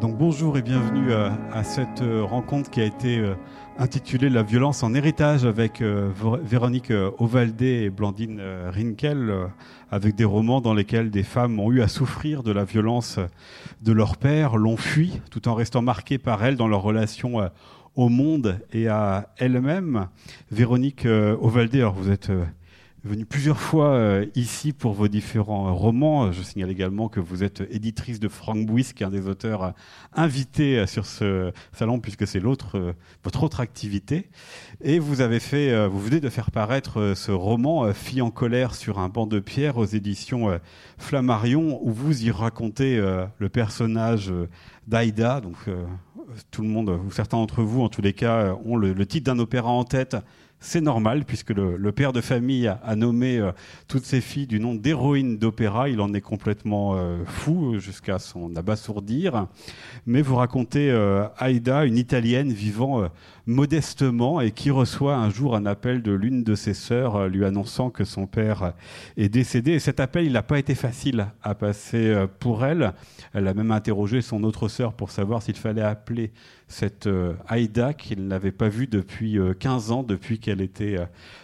Donc bonjour et bienvenue à cette rencontre qui a été intitulée La violence en héritage avec Véronique Ovaldé et Blandine Rinkel, avec des romans dans lesquels des femmes ont eu à souffrir de la violence de leur père, l'ont fui, tout en restant marquées par elles dans leur relation au monde et à elles-mêmes. Véronique Ovaldé, alors vous êtes venue plusieurs fois ici pour vos différents romans. Je signale également que vous êtes éditrice de Frank Buis, qui est un des auteurs invités sur ce salon, puisque c'est votre autre activité. Et vous venez de faire paraître ce roman Fille en colère sur un banc de pierre aux éditions Flammarion, où vous y racontez le personnage d'Aïda. Donc tout le monde, ou certains d'entre vous en tous les cas, ont le titre d'un opéra en tête. C'est normal, puisque le père de famille a nommé toutes ses filles du nom d'héroïnes d'opéra. Il en est complètement fou, jusqu'à son abasourdir. Mais vous racontez Aïda, une Italienne vivant modestement et qui reçoit un jour un appel de l'une de ses sœurs lui annonçant que son père est décédé. Et cet appel, il n'a pas été facile à passer pour elle. Elle a même interrogé son autre sœur pour savoir s'il fallait appeler cette Aïda qu'il n'avait pas vue depuis 15 ans, depuis qu'elle était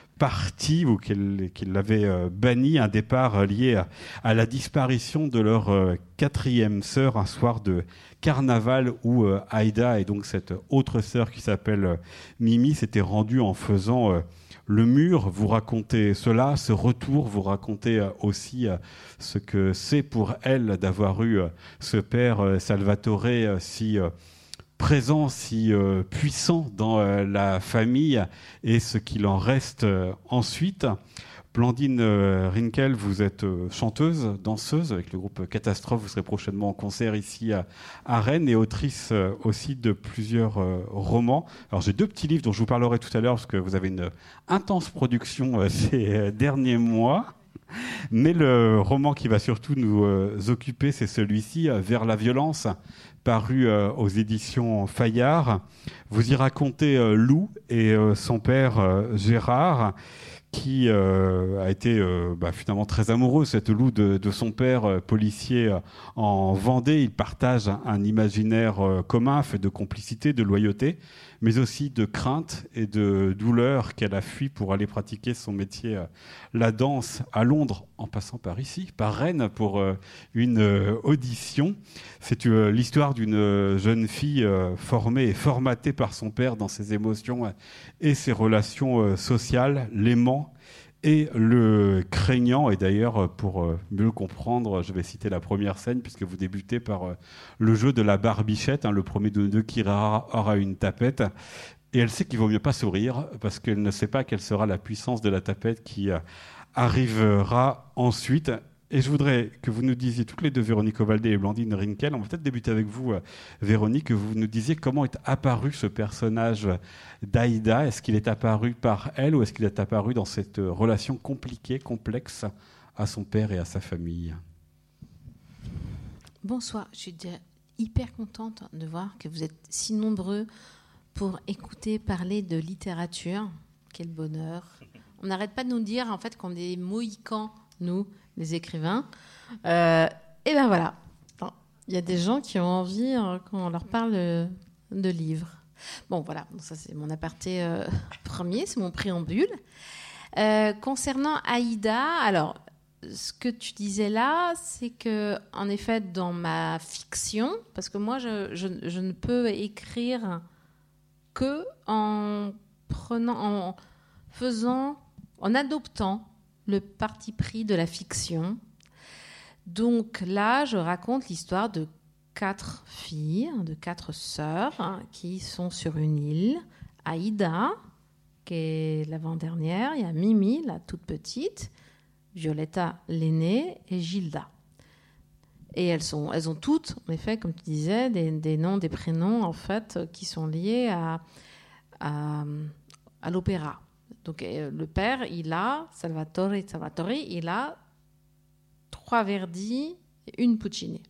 partie ou qu'il l'avait bannie, un départ lié à la disparition de leur quatrième sœur, un soir de carnaval où Aïda et donc cette autre sœur qui s'appelle Mimi s'étaient rendues en faisant le mur. Vous racontez cela, ce retour, vous racontez aussi ce que c'est pour elle d'avoir eu ce père Salvatore si présent, si puissant dans la famille et ce qu'il en reste ensuite. Blandine Rinkel, vous êtes chanteuse, danseuse avec le groupe Catastrophe. Vous serez prochainement en concert ici à Rennes et autrice aussi de plusieurs romans. Alors j'ai deux petits livres dont je vous parlerai tout à l'heure parce que vous avez une intense production ces derniers mois. Mais le roman qui va surtout nous occuper, c'est celui-ci, Vers la violence, paru aux éditions Fayard. Vous y racontez Lou et son père Gérard, qui a été finalement très amoureux, cette Lou, de son père policier en Vendée. Ils partagent un imaginaire commun, fait de complicité, de loyauté, mais aussi de crainte et de douleur qu'elle a fui pour aller pratiquer son métier, la danse, à Londres, en passant par ici, par Rennes, pour une audition. C'est l'histoire d'une jeune fille formée et formatée par son père dans ses émotions et ses relations sociales, l'aimant et le craignant. Et d'ailleurs, pour mieux le comprendre, je vais citer la première scène, puisque vous débutez par le jeu de la barbichette, le premier de nous deux qui aura une tapette. Et elle sait qu'il vaut mieux pas sourire, parce qu'elle ne sait pas quelle sera la puissance de la tapette qui arrivera ensuite. Et je voudrais que vous nous disiez, toutes les deux, Véronique Ovaldé et Blandine Rinkel, on va peut-être débuter avec vous, Véronique, que vous nous disiez comment est apparu ce personnage d'Aïda. Est-ce qu'il est apparu par elle ou est-ce qu'il est apparu dans cette relation compliquée, complexe à son père et à sa famille ? Bonsoir, je suis hyper contente de voir que vous êtes si nombreux pour écouter parler de littérature. Quel bonheur. On n'arrête pas de nous dire en fait qu'on est mohicans, nous, les écrivains. Et ben voilà. Il y a des gens qui ont envie qu'on leur parle de livres. Bon, voilà. Donc ça, c'est mon aparté premier, c'est mon préambule. Concernant Aïda, alors, ce que tu disais là, c'est que, en effet, dans ma fiction, parce que moi, je ne peux écrire que en adoptant le parti pris de la fiction. Donc là, je raconte l'histoire de 4 filles, de 4 sœurs qui sont sur une île. Aïda, qui est l'avant-dernière, il y a Mimi, la toute petite, Violetta, l'aînée, et Gilda. Et elles ont toutes, en effet, comme tu disais, des noms, des prénoms, en fait, qui sont liés à l'opéra. Donc le père, Salvatore, il a 3 Verdi et 1 Puccini.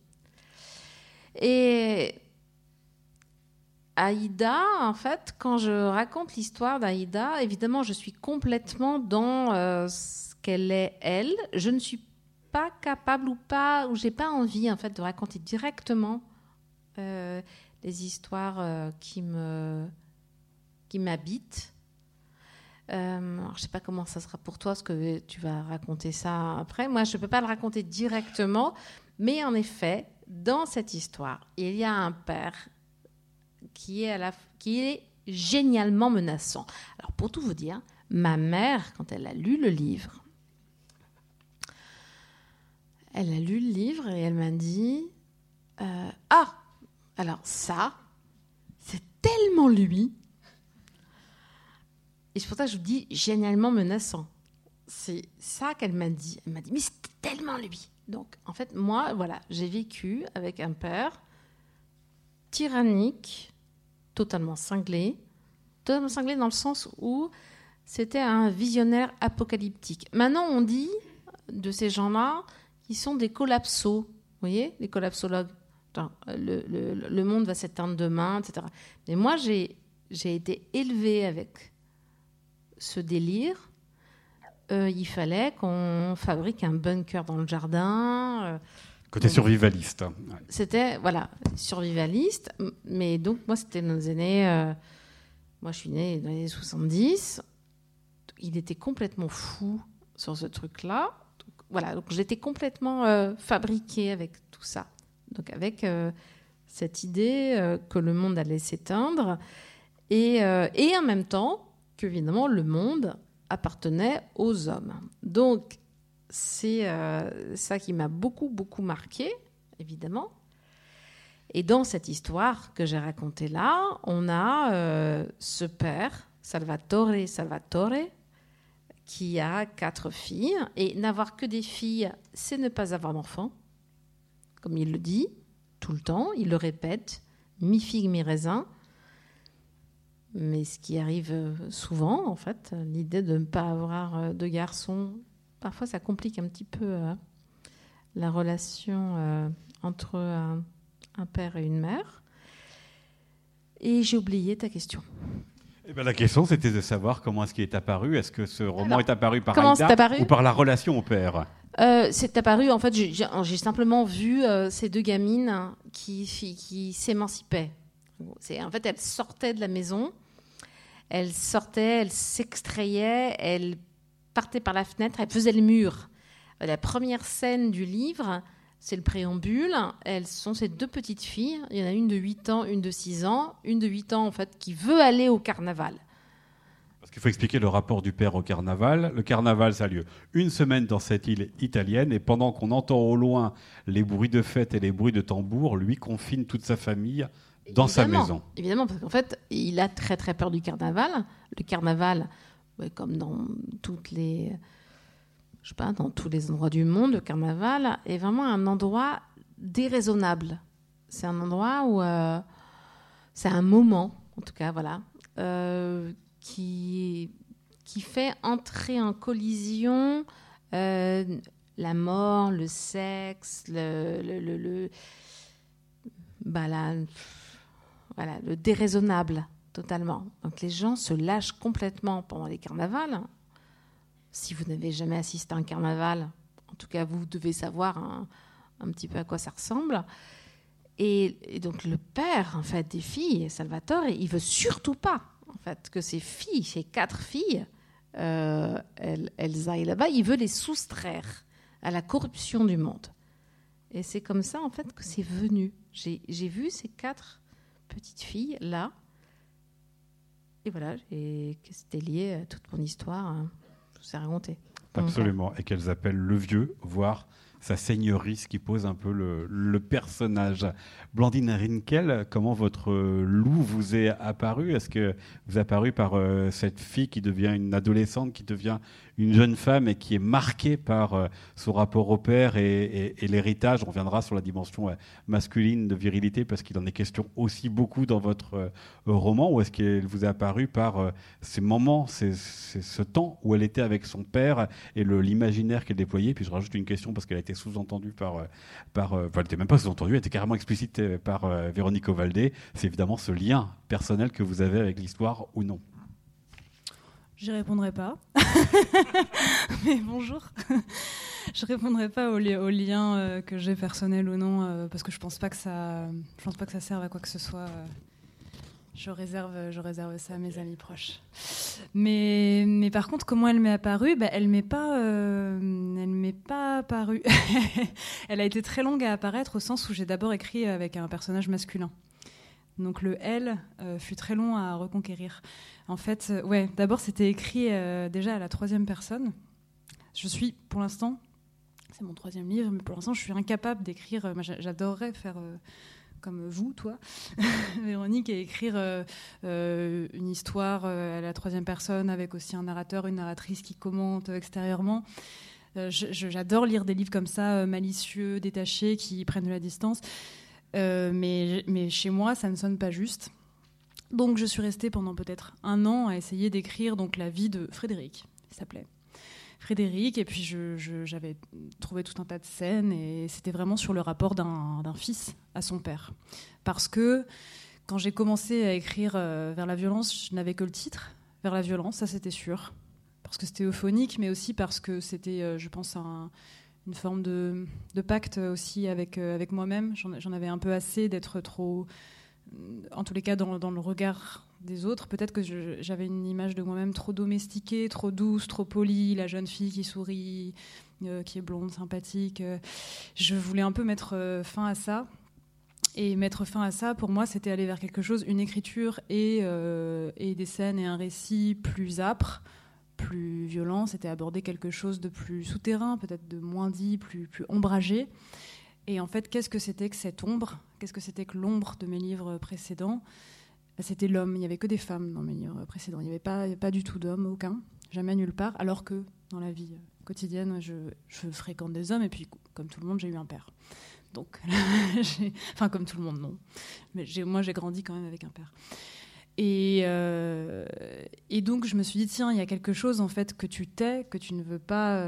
Et Aïda, en fait, quand je raconte l'histoire d'Aïda, évidemment, je suis complètement dans ce qu'elle est, elle. Je ne suis pas capable ou j'ai pas envie, en fait, de raconter directement les histoires qui m'habitent. Alors, je ne sais pas comment ça sera pour toi, parce que tu vas raconter ça après. Moi, je ne peux pas le raconter directement, mais en effet, dans cette histoire, il y a un père qui est génialement menaçant. Alors, pour tout vous dire, ma mère, quand elle a lu le livre, et elle m'a dit alors ça, c'est tellement lui. Et c'est pour ça que je vous dis génialement menaçant. C'est ça qu'elle m'a dit. Elle m'a dit, mais c'est tellement lui. Donc, en fait, moi, voilà, j'ai vécu avec un père tyrannique, totalement cinglé dans le sens où c'était un visionnaire apocalyptique. Maintenant, on dit de ces gens-là qu'ils sont des collapsos. Vous voyez, les collapsologues. Enfin, le monde va s'éteindre demain, etc. Mais moi, j'ai été élevée avec ce délire. Il fallait qu'on fabrique un bunker dans le jardin. Côté survivaliste. Ouais. C'était, survivaliste. Mais donc, moi, c'était dans les années... moi, je suis née dans les années 70. Il était complètement fou sur ce truc-là. Donc j'étais complètement fabriquée avec tout ça. Donc, avec cette idée que le monde allait s'éteindre. Et en même temps, qu'évidemment, le monde appartenait aux hommes. Donc, c'est ça qui m'a beaucoup, beaucoup marqué, évidemment. Et dans cette histoire que j'ai racontée là, on a ce père, Salvatore, qui a 4 filles. Et n'avoir que des filles, c'est ne pas avoir d'enfants. Comme il le dit tout le temps, il le répète, mi-figue, mi-raisin. Mais ce qui arrive souvent, en fait, l'idée de ne pas avoir de garçons, parfois ça complique un petit peu la relation entre un père et une mère. Et j'ai oublié ta question. Eh ben, la question, c'était de savoir comment est-ce qu'il est apparu. Est-ce que ce roman est apparu par Aïda ou par la relation au père ? C'est apparu, en fait, j'ai simplement vu ces 2 gamines qui s'émancipaient. En fait, elles sortaient de la maison, elles s'extrayaient, elles partaient par la fenêtre, elles faisaient le mur. La première scène du livre, c'est le préambule. Elles sont ces 2 petites filles. Il y en a une de 8 ans, une de 6 ans. Une de 8 ans, en fait, qui veut aller au carnaval. Parce qu'il faut expliquer le rapport du père au carnaval. Le carnaval, ça a lieu une semaine dans cette île italienne. Et pendant qu'on entend au loin les bruits de fête et les bruits de tambour, lui confine toute sa famille dans sa maison. Évidemment, parce qu'en fait, il a très très peur du carnaval. Le carnaval, comme dans dans tous les endroits du monde, le carnaval est vraiment un endroit déraisonnable. C'est un endroit où c'est un moment, en tout cas, voilà, qui fait entrer en collision la mort, le sexe, le déraisonnable, totalement. Donc les gens se lâchent complètement pendant les carnavals. Si vous n'avez jamais assisté à un carnaval, en tout cas, vous devez savoir un petit peu à quoi ça ressemble. Et donc le père, en fait, des filles, Salvatore, il veut surtout pas, en fait, que ces filles, ces 4 filles, elles aillent là-bas. Il veut les soustraire à la corruption du monde. Et c'est comme ça, en fait, que c'est venu. J'ai vu ces 4 petites filles là, et voilà, et que c'était lié à toute mon histoire. Je vous ai raconté. Absolument, et qu'elles appellent le vieux, voire sa seigneurie, ce qui pose un peu le personnage. Blandine Rinkel, comment votre loup vous est apparu ? Est-ce que vous est apparu par cette fille qui devient une adolescente, qui devient une jeune femme et qui est marquée par son rapport au père et l'héritage ? On reviendra sur la dimension masculine de virilité parce qu'il en est question aussi beaucoup dans votre roman. Ou est-ce qu'elle vous est apparue par ces moments, ce temps où elle était avec son père et l'imaginaire qu'elle déployait ? Puis je rajoute une question parce qu'elle a été sous-entendue elle n'était même pas sous-entendue, elle était carrément explicite par Véronique Ovaldé. C'est évidemment ce lien personnel que vous avez avec l'histoire ou non. Je répondrai pas. Mais bonjour. Je répondrai pas aux liens que j'ai personnels ou non, parce que je pense pas que ça serve à quoi que ce soit. Je réserve ça à mes amis proches. Mais par contre, comment elle m'est apparue ? Elle m'est pas apparue. Elle a été très longue à apparaître au sens où j'ai d'abord écrit avec un personnage masculin. Donc le « elle » fut très long à reconquérir. En fait, d'abord c'était écrit déjà à la 3e personne. Je suis, pour l'instant, c'est mon 3e livre, mais pour l'instant je suis incapable d'écrire. J'adorerais faire comme vous, toi, Véronique, et écrire une histoire à la 3e personne avec aussi un narrateur, une narratrice qui commente extérieurement. J'adore lire des livres comme ça, malicieux, détachés, qui prennent de la distance. Mais chez moi, ça ne sonne pas juste. Donc je suis restée pendant peut-être 1 an à essayer d'écrire donc, la vie de Frédéric, il s'appelait Frédéric, et puis j'avais trouvé tout un tas de scènes, et c'était vraiment sur le rapport d'un fils à son père. Parce que quand j'ai commencé à écrire Vers la violence, je n'avais que le titre, Vers la violence, ça c'était sûr, parce que c'était euphonique, mais aussi parce que c'était, je pense, une forme de pacte aussi avec moi-même. J'en avais un peu assez d'être trop, en tous les cas dans le regard des autres. Peut-être que j'avais une image de moi-même trop domestiquée, trop douce, trop polie, la jeune fille qui sourit, qui est blonde, sympathique. Je voulais un peu mettre fin à ça. Et mettre fin à ça, pour moi, c'était aller vers quelque chose, une écriture et des scènes et un récit plus âpre, plus violent. C'était aborder quelque chose de plus souterrain, peut-être de moins dit, plus ombragé. Et en fait, qu'est-ce que c'était que cette ombre ? Qu'est-ce que c'était que l'ombre de mes livres précédents ? C'était l'homme. Il n'y avait que des femmes dans mes livres précédents. Il n'y avait pas du tout d'hommes, aucun, jamais nulle part. Alors que dans la vie quotidienne, je fréquente des hommes. Et puis, comme tout le monde, j'ai eu un père. Donc, enfin, comme tout le monde, non. Mais moi, j'ai grandi quand même avec un père. Et donc je me suis dit, tiens, il y a quelque chose en fait que tu tais, que tu ne veux pas,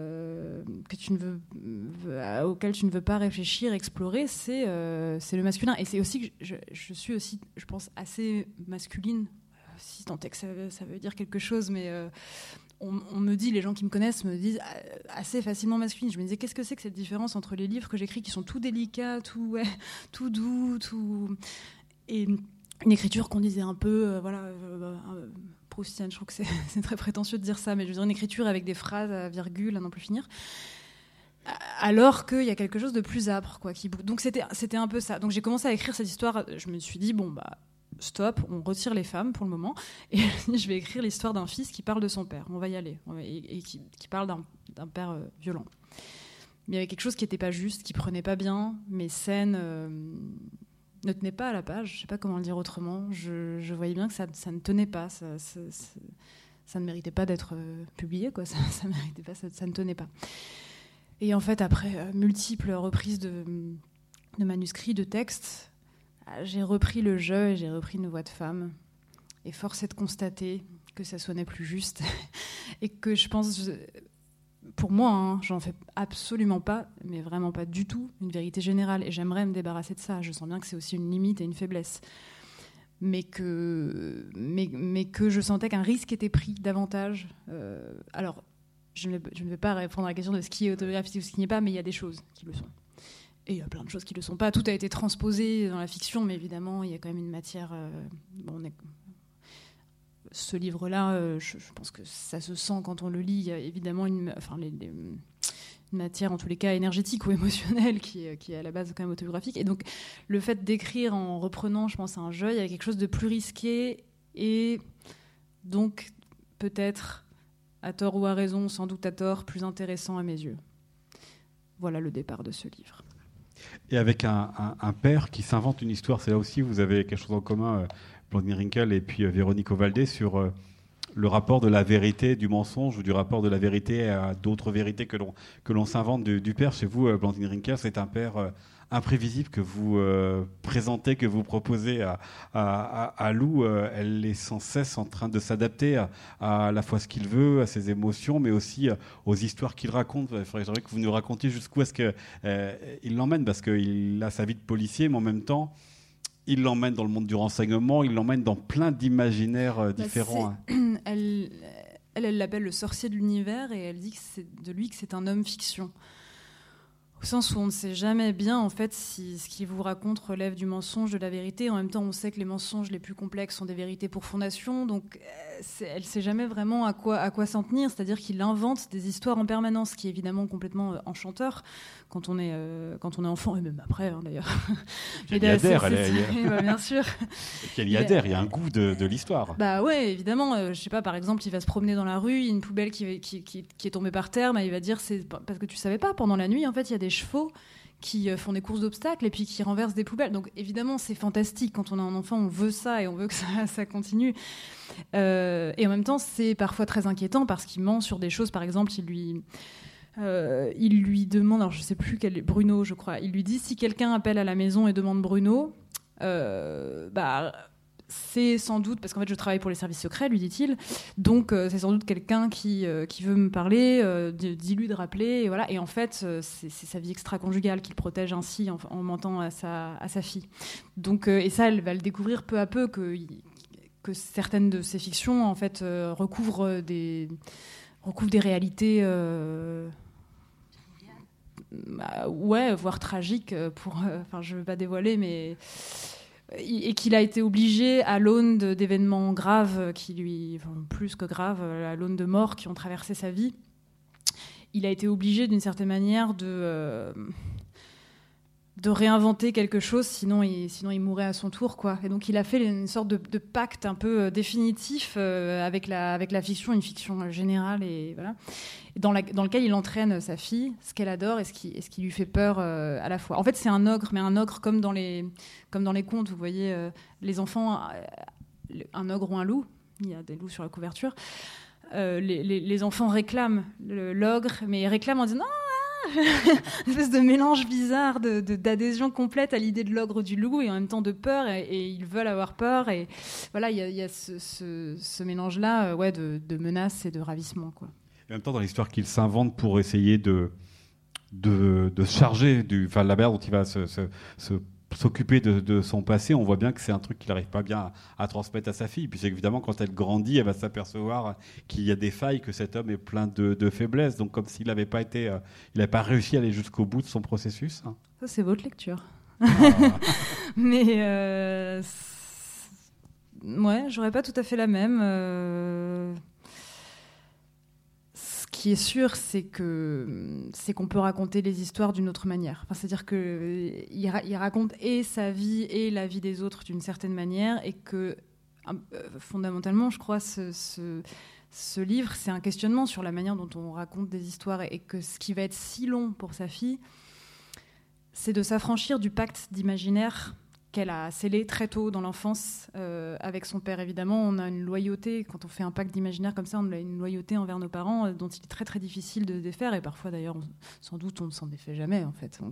auquel tu ne veux pas réfléchir, explorer, c'est le masculin. Et c'est aussi que je suis aussi, je pense, assez masculine, si tant est que ça veut dire quelque chose, mais on me dit, les gens qui me connaissent me disent assez facilement masculine. Je me disais, qu'est-ce que c'est que cette différence entre les livres que j'écris qui sont tout délicats, tout doux, tout... Et une écriture qu'on disait un peu, proustienne, je trouve que c'est très prétentieux de dire ça, mais je veux dire une écriture avec des phrases à virgule, à n'en plus finir, alors qu'il y a quelque chose de plus âpre, quoi. Donc c'était un peu ça. Donc j'ai commencé à écrire cette histoire, je me suis dit, stop, on retire les femmes pour le moment, et je vais écrire l'histoire d'un fils qui parle de son père, on va y aller, et qui parle d'un père violent. Mais il y avait quelque chose qui n'était pas juste, qui prenait pas bien, mes scènes... ne tenait pas à la page, je ne sais pas comment le dire autrement. Je voyais bien que ça ne tenait pas, ça ne méritait pas d'être publié, quoi. Ça méritait pas, ça ne tenait pas. Et en fait, après multiples reprises de manuscrits, de textes, j'ai repris le jeu et j'ai repris une voix de femme. Et force est de constater que ça sonnait plus juste et que je pense... Pour moi, j'en fais absolument pas, mais vraiment pas du tout, une vérité générale. Et j'aimerais me débarrasser de ça. Je sens bien que c'est aussi une limite et une faiblesse. Mais que je sentais qu'un risque était pris davantage. Alors, je ne vais pas répondre à la question de ce qui est autobiographique ou ce qui n'est pas, mais il y a des choses qui le sont. Et il y a plein de choses qui ne le sont pas. Tout a été transposé dans la fiction, mais évidemment, il y a quand même une matière... Ce livre-là, je pense que ça se sent quand on le lit. Il y a évidemment une matière, en tous les cas, énergétique ou émotionnelle qui est à la base quand même autobiographique. Et donc, le fait d'écrire en reprenant, je pense, un jeu, il y a quelque chose de plus risqué et donc peut-être, à tort ou à raison, sans doute à tort, plus intéressant à mes yeux. Voilà le départ de ce livre. Et avec un père qui s'invente une histoire, c'est là aussi vous avez quelque chose en commun, Blandine Rinkel et puis Véronique Ovaldé, sur le rapport de la vérité, du mensonge, ou du rapport de la vérité à d'autres vérités que l'on s'invente du père. Chez vous, Blandine Rinkel, c'est un père imprévisible que vous présentez, que vous proposez à Lou. Elle est sans cesse en train de s'adapter à la fois ce qu'il veut, à ses émotions, mais aussi aux histoires qu'il raconte. Il faudrait que vous nous racontiez jusqu'où est-ce qu'il l'emmène, parce qu'il a sa vie de policier, mais en même temps, il l'emmène dans le monde du renseignement, il l'emmène dans plein d'imaginaires différents. elle l'appelle le sorcier de l'univers, et elle dit que c'est de lui que c'est un homme fiction. Au sens où on ne sait jamais bien en fait si ce qu'il vous raconte relève du mensonge, de la vérité. En même temps, on sait que les mensonges les plus complexes sont des vérités pour fondation, donc elle ne sait jamais vraiment à quoi s'en tenir. C'est-à-dire qu'il invente des histoires en permanence, ce qui est évidemment complètement enchanteur quand on est enfant, et même après d'ailleurs. Elle y adhère, bien sûr. Qu'elle y adhère, il y a un goût de l'histoire. Bah ouais, évidemment. Je sais pas, par exemple, il va se promener dans la rue, il y a une poubelle qui est tombée par terre, il va dire c'est parce que tu savais pas, pendant la nuit, en fait, il y a des chevaux qui font des courses d'obstacles et puis qui renversent des poubelles. Donc évidemment, c'est fantastique. Quand on a un enfant, on veut ça et on veut que ça continue. Et en même temps, c'est parfois très inquiétant parce qu'il ment sur des choses. Par exemple, il lui demande, alors je sais plus quel est, Bruno, je crois. Il lui dit si quelqu'un appelle à la maison et demande Bruno, c'est sans doute, parce qu'en fait je travaille pour les services secrets, lui dit-il, donc c'est sans doute quelqu'un qui veut me parler, dis-lui de rappeler, et voilà. Et en fait c'est sa vie extra-conjugale qu'il protège ainsi en mentant à sa fille. Donc, et ça, elle va le découvrir peu à peu, que certaines de ses fictions en fait recouvrent des réalités voire tragiques, je veux pas dévoiler, mais et qu'il a été obligé, à l'aune d'événements graves plus que graves, à l'aune de morts qui ont traversé sa vie, il a été obligé d'une certaine manière de réinventer quelque chose, sinon il mourrait à son tour, quoi. Et donc il a fait une sorte de pacte un peu définitif avec la fiction, une fiction générale, et voilà, dans lequel il entraîne sa fille, ce qu'elle adore et ce qui lui fait peur à la fois. En fait, c'est un ogre, mais un ogre comme dans les contes, vous voyez, les enfants, un ogre ou un loup, il y a des loups sur la couverture, les enfants réclament l'ogre, mais ils réclament en disant une espèce de mélange bizarre d'adhésion complète à l'idée de l'ogre, du loup, et en même temps de peur, et ils veulent avoir peur, et voilà, il y a ce mélange-là de menace et de ravissement, quoi. Et en même temps, dans l'histoire qu'il s'invente pour essayer de se charger de la manière dont il va s'occuper de son passé, on voit bien que c'est un truc qu'il n'arrive pas bien à transmettre à sa fille. Puis évidemment, quand elle grandit, elle va s'apercevoir qu'il y a des failles, que cet homme est plein de faiblesses. Donc comme s'il n'avait pas réussi à aller jusqu'au bout de son processus. Ça, c'est votre lecture. Ah. Mais j'aurais pas tout à fait la même. Ce qui est sûr, c'est qu'on peut raconter les histoires d'une autre manière. C'est-à-dire qu'il raconte et sa vie et la vie des autres d'une certaine manière, et que fondamentalement, je crois, ce livre, c'est un questionnement sur la manière dont on raconte des histoires, et que ce qui va être si long pour sa fille, c'est de s'affranchir du pacte d'imaginaire qu'elle a scellé très tôt dans l'enfance avec son père. Évidemment, on a une loyauté, quand on fait un pacte d'imaginaire comme ça, on a une loyauté envers nos parents dont il est très très difficile de défaire, et parfois d'ailleurs, sans doute, on ne s'en défait jamais, en fait.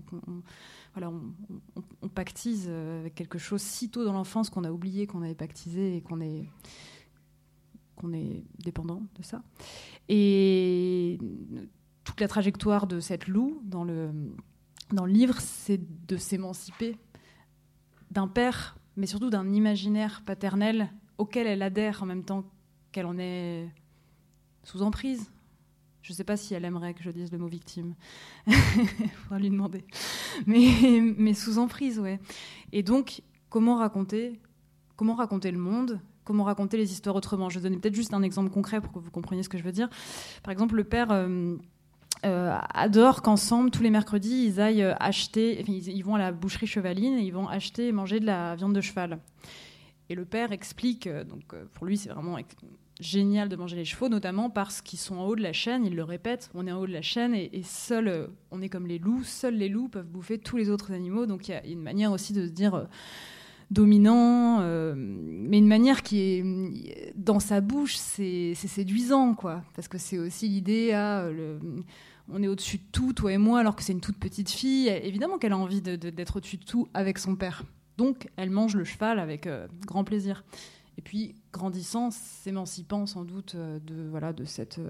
On pactise avec quelque chose si tôt dans l'enfance qu'on a oublié qu'on avait pactisé, et qu'on est dépendant de ça. Et toute la trajectoire de cette Lou dans le livre, c'est de s'émanciper d'un père, mais surtout d'un imaginaire paternel auquel elle adhère en même temps qu'elle en est sous emprise. Je ne sais pas si elle aimerait que je dise le mot victime. Il faudra lui demander. Mais sous emprise, ouais. Et donc, comment raconter le monde ? Comment raconter les histoires autrement ? Je vais donner peut-être juste un exemple concret pour que vous compreniez ce que je veux dire. Par exemple, le père adore qu'ensemble, tous les mercredis, ils aillent acheter, ils vont à la boucherie Chevaline et ils vont acheter et manger de la viande de cheval. Et le père explique, pour lui, c'est vraiment génial de manger les chevaux, notamment parce qu'ils sont en haut de la chaîne, il le répète, on est en haut de la chaîne, et on est comme les loups, seuls les loups peuvent bouffer tous les autres animaux. Donc il y a une manière aussi de se dire dominant, mais une manière qui est dans sa bouche, c'est séduisant, quoi, parce que c'est aussi l'idée on est au-dessus de tout, toi et moi, alors que c'est une toute petite fille. Évidemment qu'elle a envie d'être au-dessus de tout avec son père. Donc elle mange le cheval avec grand plaisir. Et puis grandissant, s'émancipant sans doute de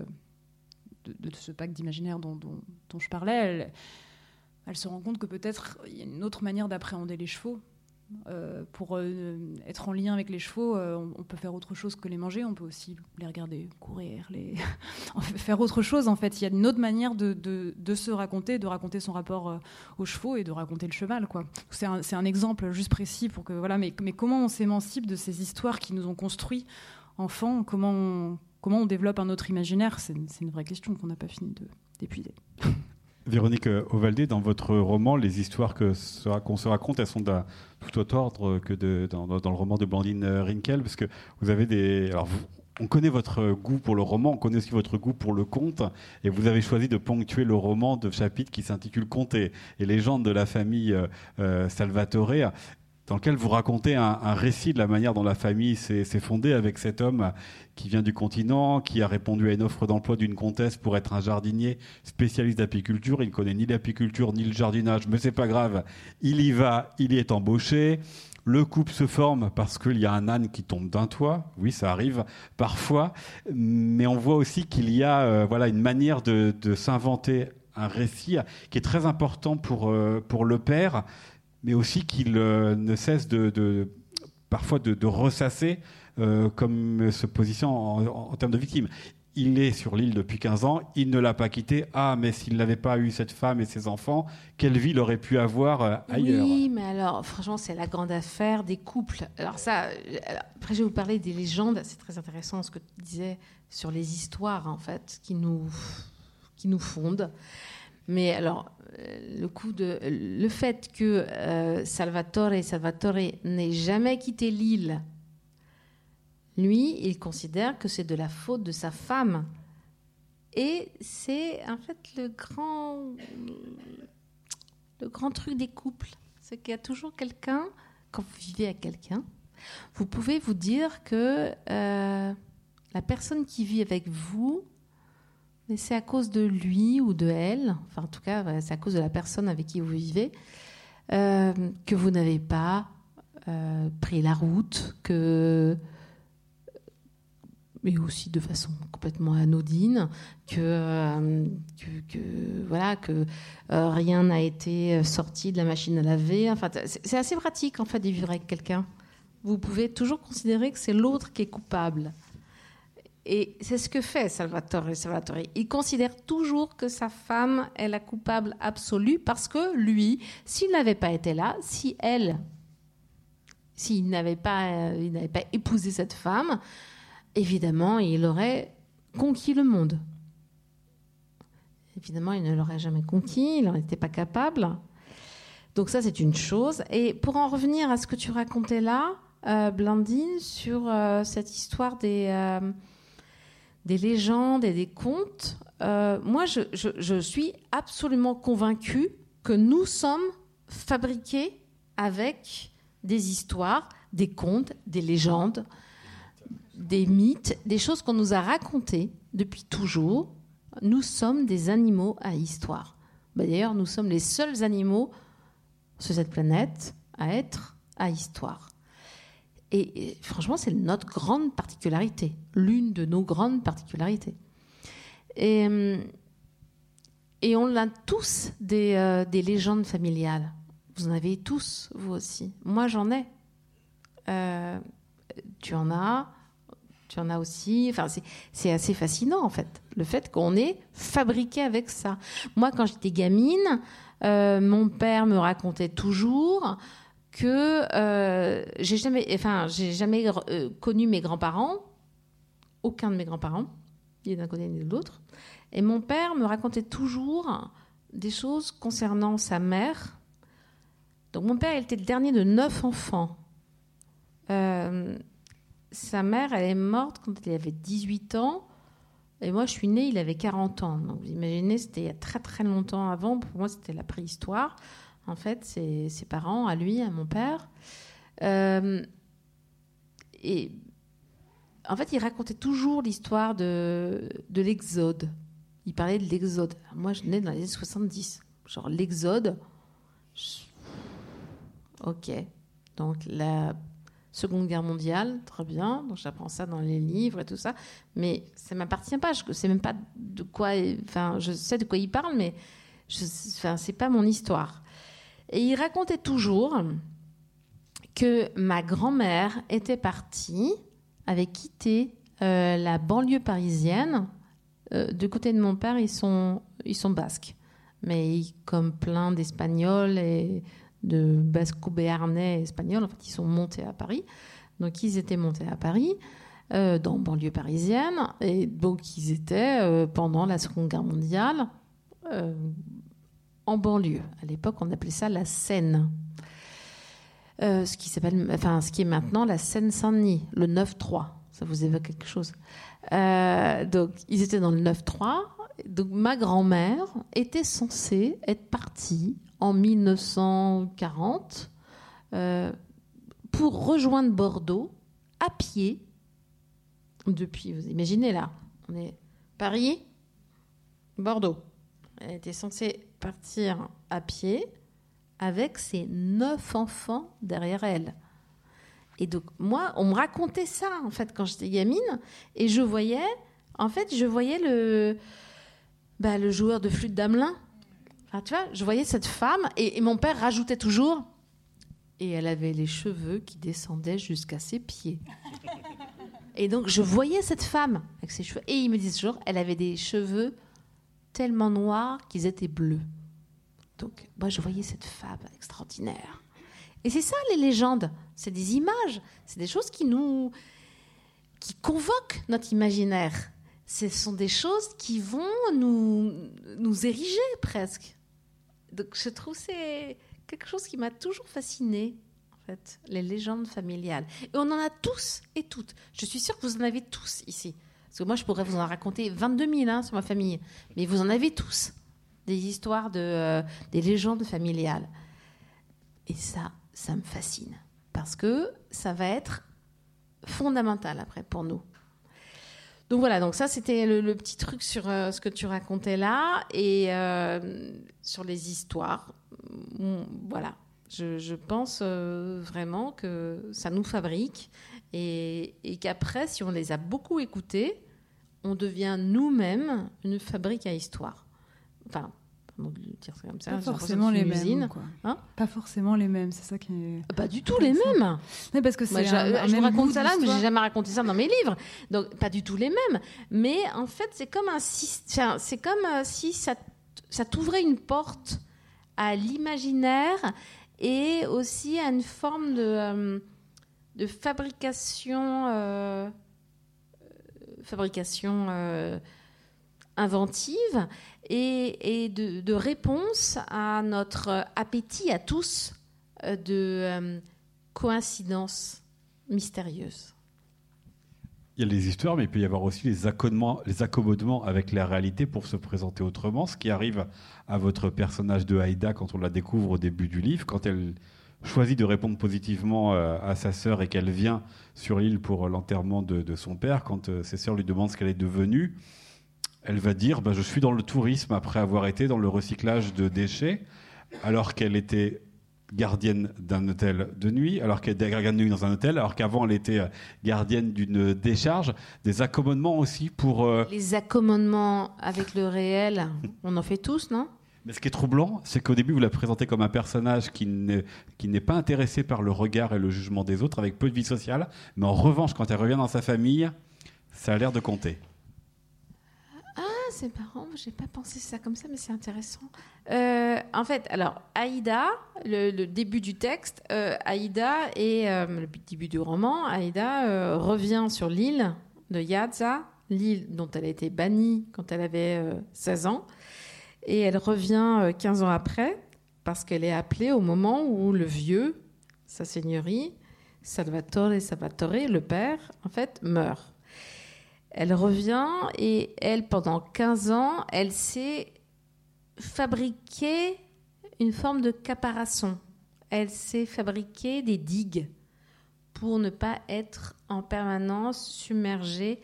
ce pacte d'imaginaire dont je parlais, elle se rend compte que peut-être il y a une autre manière d'appréhender les chevaux, Pour être en lien avec les chevaux, on peut faire autre chose que les manger, on peut aussi les regarder courir, faire autre chose. En fait, il y a une autre manière de se raconter, de raconter son rapport aux chevaux et de raconter le cheval, quoi. C'est un exemple juste précis pour que voilà. Mais comment on s'émancipe de ces histoires qui nous ont construits enfants, comment on développe un autre imaginaire, c'est une vraie question qu'on n'a pas fini d'épuiser. Véronique Ovaldé, dans votre roman, les histoires qu'on se raconte, elles sont d'un tout autre ordre que dans le roman de Blandine Rinkel, parce que vous avez on connaît votre goût pour le roman, on connaît aussi votre goût pour le conte, et vous avez choisi de ponctuer le roman de chapitres qui s'intitulent Contes et légendes de la famille Salvatore, dans lequel vous racontez un récit de la manière dont la famille s'est fondée avec cet homme qui vient du continent, qui a répondu à une offre d'emploi d'une comtesse pour être un jardinier spécialiste d'apiculture. Il ne connaît ni l'apiculture ni le jardinage, mais c'est pas grave. Il y va, il y est embauché. Le couple se forme parce qu'il y a un âne qui tombe d'un toit. Oui, ça arrive parfois. Mais on voit aussi qu'il y a une manière de s'inventer un récit qui est très important pour le père, mais aussi qu'il ne cesse parfois de ressasser comme se position en termes de victime. Il est sur l'île depuis 15 ans, il ne l'a pas quitté. Ah, mais s'il n'avait pas eu cette femme et ses enfants, quelle vie il aurait pu avoir ailleurs ? Oui, mais alors, franchement, c'est la grande affaire des couples. Alors ça, après, je vais vous parler des légendes. C'est très intéressant ce que tu disais sur les histoires, en fait, qui nous fondent. Mais alors, le fait que Salvatore n'ait jamais quitté l'île, lui, il considère que c'est de la faute de sa femme. Et c'est en fait le grand truc des couples. C'est qu'il y a toujours quelqu'un, quand vous vivez avec quelqu'un, vous pouvez vous dire que la personne qui vit avec vous, mais c'est à cause de lui ou de elle, enfin en tout cas c'est à cause de la personne avec qui vous vivez, que vous n'avez pas pris la route, mais aussi de façon complètement anodine, que rien n'a été sorti de la machine à laver. Enfin, c'est assez pratique en fait de vivre avec quelqu'un. Vous pouvez toujours considérer que c'est l'autre qui est coupable. Et c'est ce que fait Salvatore. Il considère toujours que sa femme est la coupable absolue parce que lui, s'il n'avait pas été là, s'il n'avait pas épousé cette femme, évidemment, il aurait conquis le monde. Évidemment, il ne l'aurait jamais conquis, il n'en était pas capable. Donc ça, c'est une chose. Et pour en revenir à ce que tu racontais là, Blandine, sur cette histoire des légendes et des contes, moi, je suis absolument convaincue que nous sommes fabriqués avec des histoires, des contes, des légendes, des mythes, des choses qu'on nous a racontées depuis toujours. Nous sommes des animaux à histoire. D'ailleurs, nous sommes les seuls animaux sur cette planète à être à histoire. Et franchement, c'est notre grande particularité, l'une de nos grandes particularités. Et on a tous des légendes familiales. Vous en avez tous, vous aussi. Moi, j'en ai. Tu en as aussi. Enfin, c'est assez fascinant, en fait, le fait qu'on est fabriqué avec ça. Moi, quand j'étais gamine, mon père me racontait toujours que j'ai jamais connu mes grands-parents, aucun de mes grands-parents, ni d'un côté ni de l'autre. Et mon père me racontait toujours des choses concernant sa mère. Donc mon père, il était le dernier de 9 enfants. Sa mère, elle est morte quand il avait 18 ans. Et moi, je suis née, il avait 40 ans. Donc vous imaginez, c'était il y a très très longtemps avant. Pour moi, c'était la préhistoire. En fait, ses parents, à lui, à mon père. Et en fait, il racontait toujours l'histoire de l'Exode. Il parlait de l'Exode. Moi, je nais dans les années 70. Genre, l'Exode. Ok. Donc, la Seconde Guerre mondiale, très bien. Donc, j'apprends ça dans les livres et tout ça. Mais ça ne m'appartient pas. Je ne sais même pas de quoi... Enfin, je sais de quoi il parle, mais ce n'est pas mon histoire. Et il racontait toujours que ma grand-mère était partie, avait quitté la banlieue parisienne. Du côté de mon père, ils sont basques. Mais comme plein d'Espagnols et de basco-béarnais espagnols, en fait, ils sont montés à Paris. Donc, ils étaient montés à Paris, dans banlieue parisienne. Et donc, ils étaient, pendant la Seconde Guerre mondiale, en banlieue. À l'époque, on appelait ça la Seine. Ce qui est maintenant la Seine-Saint-Denis, le 9-3. Ça vous évoque quelque chose. Donc, ils étaient dans le 9-3. Donc, ma grand-mère était censée être partie en 1940 pour rejoindre Bordeaux à pied. Depuis, vous imaginez là, on est Paris, Bordeaux. Elle était censée partir à pied avec ses 9 enfants derrière elle. Et donc, moi, on me racontait ça, en fait, quand j'étais gamine. Et je voyais le joueur de flûte d'Amelin. Ah, tu vois, je voyais cette femme. Et mon père rajoutait toujours. Et elle avait les cheveux qui descendaient jusqu'à ses pieds. Et donc, je voyais cette femme avec ses cheveux. Et il me disait toujours, elle avait des cheveux tellement noirs qu'ils étaient bleus. Donc, moi, je voyais cette femme extraordinaire. Et c'est ça, les légendes. C'est des images. C'est des choses qui convoquent notre imaginaire. Ce sont des choses qui vont nous ériger presque. Donc, je trouve que c'est quelque chose qui m'a toujours fascinée, en fait, les légendes familiales. Et on en a tous et toutes. Je suis sûre que vous en avez tous ici. Parce que moi, je pourrais vous en raconter 22 000 sur ma famille. Mais vous en avez tous. Des histoires des légendes familiales. Et ça me fascine. Parce que ça va être fondamental après pour nous. Donc voilà, donc ça c'était le petit truc sur ce que tu racontais là. Et sur les histoires. Voilà. Je pense vraiment que ça nous fabrique. Et qu'après, si on les a beaucoup écoutés, on devient nous-mêmes une fabrique à histoire. Enfin, pardon de dire ça comme ça. Pas forcément les mêmes, quoi. Hein, pas forcément les mêmes, c'est ça qui est... Pas du tout les mêmes. Mais parce que c'est je vous raconte ça là, mais j'ai jamais raconté ça dans mes livres. Donc, pas du tout les mêmes. Mais en fait, c'est comme si ça t'ouvrait une porte à l'imaginaire et aussi à une forme de fabrication inventive et de réponse à notre appétit à tous de coïncidences mystérieuses. Il y a les histoires, mais il peut y avoir aussi les accommodements avec la réalité pour se présenter autrement. Ce qui arrive à votre personnage de Aïda quand on la découvre au début du livre, quand elle choisit de répondre positivement à sa sœur et qu'elle vient sur l'île pour l'enterrement de son père, quand ses sœurs lui demandent ce qu'elle est devenue, elle va dire je suis dans le tourisme après avoir été dans le recyclage de déchets, alors qu'elle était gardienne d'un hôtel de nuit, alors qu'elle était gardienne de nuit dans un hôtel, alors qu'avant elle était gardienne d'une décharge. Des accommodements aussi pour... Les accommodements avec le réel, on en fait tous, non ? Mais ce qui est troublant, c'est qu'au début, vous la présentez comme un personnage qui n'est pas intéressé par le regard et le jugement des autres, avec peu de vie sociale. Mais en revanche, quand elle revient dans sa famille, ça a l'air de compter. Ah, c'est marrant, j'ai pas pensé ça comme ça, mais c'est intéressant. En fait, alors, Aïda, le début du texte, Aïda et le début du roman, Aïda revient sur l'île de Yaza, l'île dont elle a été bannie quand elle avait 16 ans. Et elle revient 15 ans après, parce qu'elle est appelée au moment où le vieux, sa seigneurie, Salvatore, le père, en fait, meurt. Elle revient et elle, pendant 15 ans, elle s'est fabriqué une forme de caparaçon. Elle s'est fabriqué des digues pour ne pas être en permanence submergée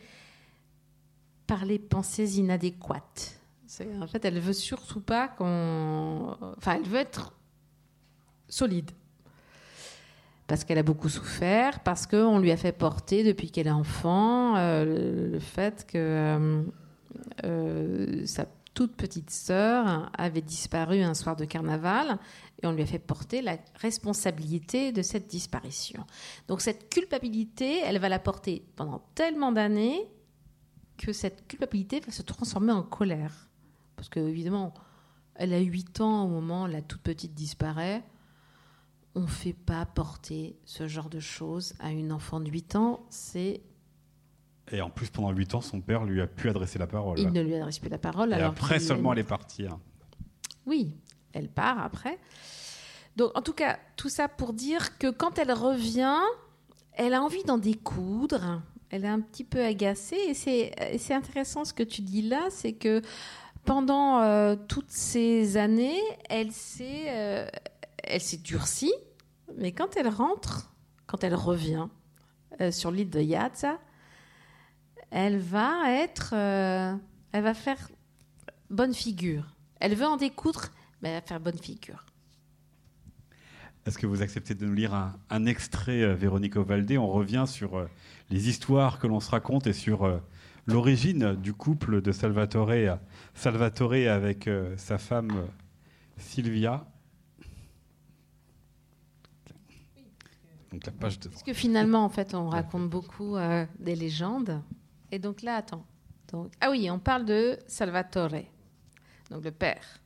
par les pensées inadéquates. En fait, elle veut surtout pas elle veut être solide. Parce qu'elle a beaucoup souffert, parce qu'on lui a fait porter, depuis qu'elle est enfant, le fait que sa toute petite sœur avait disparu un soir de carnaval et on lui a fait porter la responsabilité de cette disparition. Donc cette culpabilité, elle va la porter pendant tellement d'années que cette culpabilité va se transformer en colère. Parce que, évidemment, elle a 8 ans au moment où la toute petite disparaît. On ne fait pas porter ce genre de choses à une enfant de 8 ans. Et en plus, pendant 8 ans, son père lui a pu adresser la parole. Il ne lui adresse plus la parole. Et alors après seulement, elle est partie. Oui, elle part après. Donc, en tout cas, tout ça pour dire que quand elle revient, elle a envie d'en découdre. Elle est un petit peu agacée. Et c'est intéressant ce que tu dis là, c'est que pendant toutes ces années, elle s'est durcie. Mais quand elle rentre, quand elle revient sur l'île de Yaza, elle va faire bonne figure. Elle veut en découdre, mais elle va faire bonne figure. Est-ce que vous acceptez de nous lire un extrait, Véronique Ovaldé? On revient sur les histoires que l'on se raconte et sur l'origine du couple de Salvatore avec sa femme Sylvia. Donc la page de... Parce que finalement, en fait, on raconte beaucoup des légendes. Et donc là, attends. Ah oui, on parle de Salvatore, donc le père.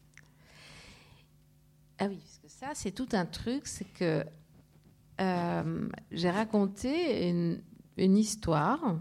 Ah oui, parce que ça, c'est tout un truc, c'est que j'ai raconté une histoire.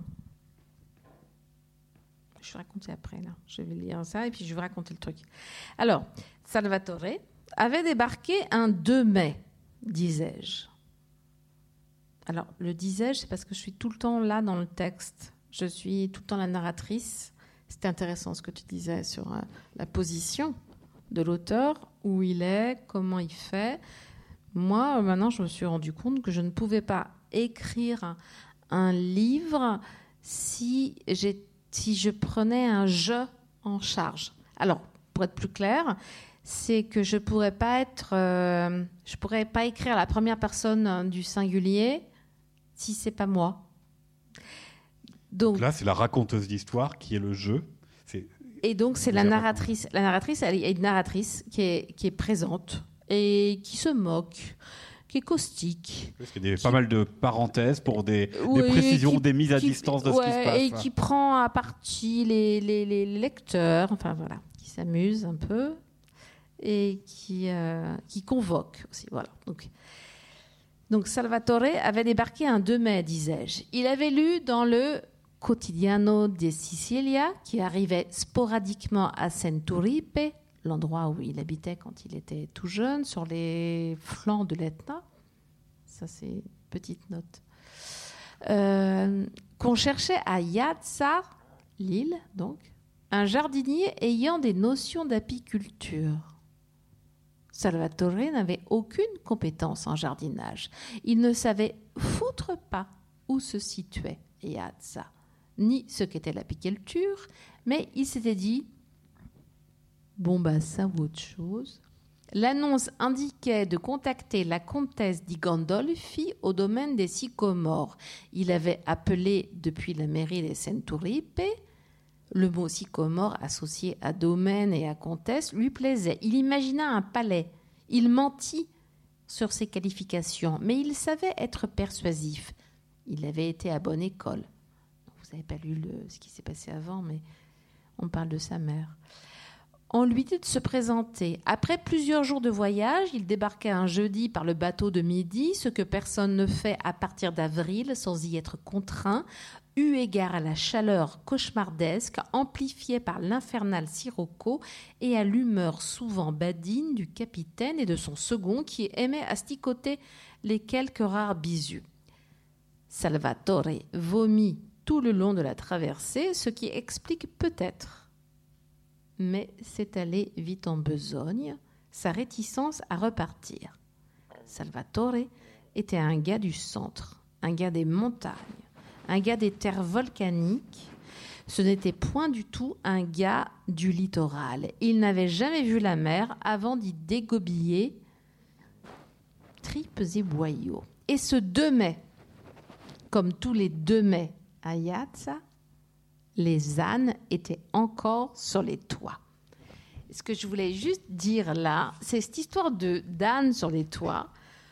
Je vais raconter après, là. Je vais lire ça et puis je vais raconter le truc. Alors, Salvatore avait débarqué un 2 mai, disais-je. Alors, le disais-je, c'est parce que je suis tout le temps là dans le texte. Je suis tout le temps la narratrice. C'était intéressant ce que tu disais sur la position de l'auteur, où il est, comment il fait. Moi, maintenant, je me suis rendu compte que je ne pouvais pas écrire un livre si je prenais un « je » en charge. Alors, pour être plus clair, c'est que je pourrais pas écrire la première personne du singulier si c'est pas moi. Donc là, c'est la raconteuse d'histoire qui est le jeu. Et donc, c'est la narratrice. La narratrice, elle est une narratrice qui est présente et qui se moque, qui est caustique. Parce qu'il y a pas mal de parenthèses pour des précisions, des mises à distance de ce qui se passe. Et qui prend à partie les lecteurs, enfin voilà, qui s'amuse un peu et qui convoque aussi. Voilà. Donc Salvatore avait débarqué un 2 mai, disais-je. Il avait lu dans le Quotidiano di Sicilia, qui arrivait sporadiquement à Centuripe, l'endroit où il habitait quand il était tout jeune, sur les flancs de l'Etna. Ça, c'est une petite note. Qu'on cherchait à Yaza, l'île, donc, un jardinier ayant des notions d'apiculture. Salvatore n'avait aucune compétence en jardinage. Il ne savait foutre pas où se situait Yaza, ni ce qu'était l'apiculture, mais il s'était dit ça ou autre chose. L'annonce indiquait de contacter la comtesse di Gandolfi au domaine des Sycomores. Il avait appelé depuis la mairie des Centuripe. Le mot sycomore associé à domaine et à comtesse lui plaisait. Il imagina un palais. Il mentit sur ses qualifications, mais il savait être persuasif. Il avait été à bonne école. Vous n'avez pas lu ce qui s'est passé avant, mais on parle de sa mère. On lui dit de se présenter. Après plusieurs jours de voyage, il débarqua un jeudi par le bateau de midi, ce que personne ne fait à partir d'avril sans y être contraint, eu égard à la chaleur cauchemardesque amplifiée par l'infernal sirocco et à l'humeur souvent badine du capitaine et de son second qui aimait asticoter les quelques rares bisus. Salvatore vomit tout le long de la traversée, ce qui explique peut-être, mais c'est allé vite en besogne, sa réticence à repartir. Salvatore était un gars du centre, un gars des montagnes, un gars des terres volcaniques. Ce n'était point du tout un gars du littoral. Il n'avait jamais vu la mer avant d'y dégobiller tripes et boyaux. Et ce 2 mai, comme tous les 2 mai à Yaza, les ânes étaient encore sur les toits. Ce que je voulais juste dire là, c'est cette histoire d'âne sur les toits.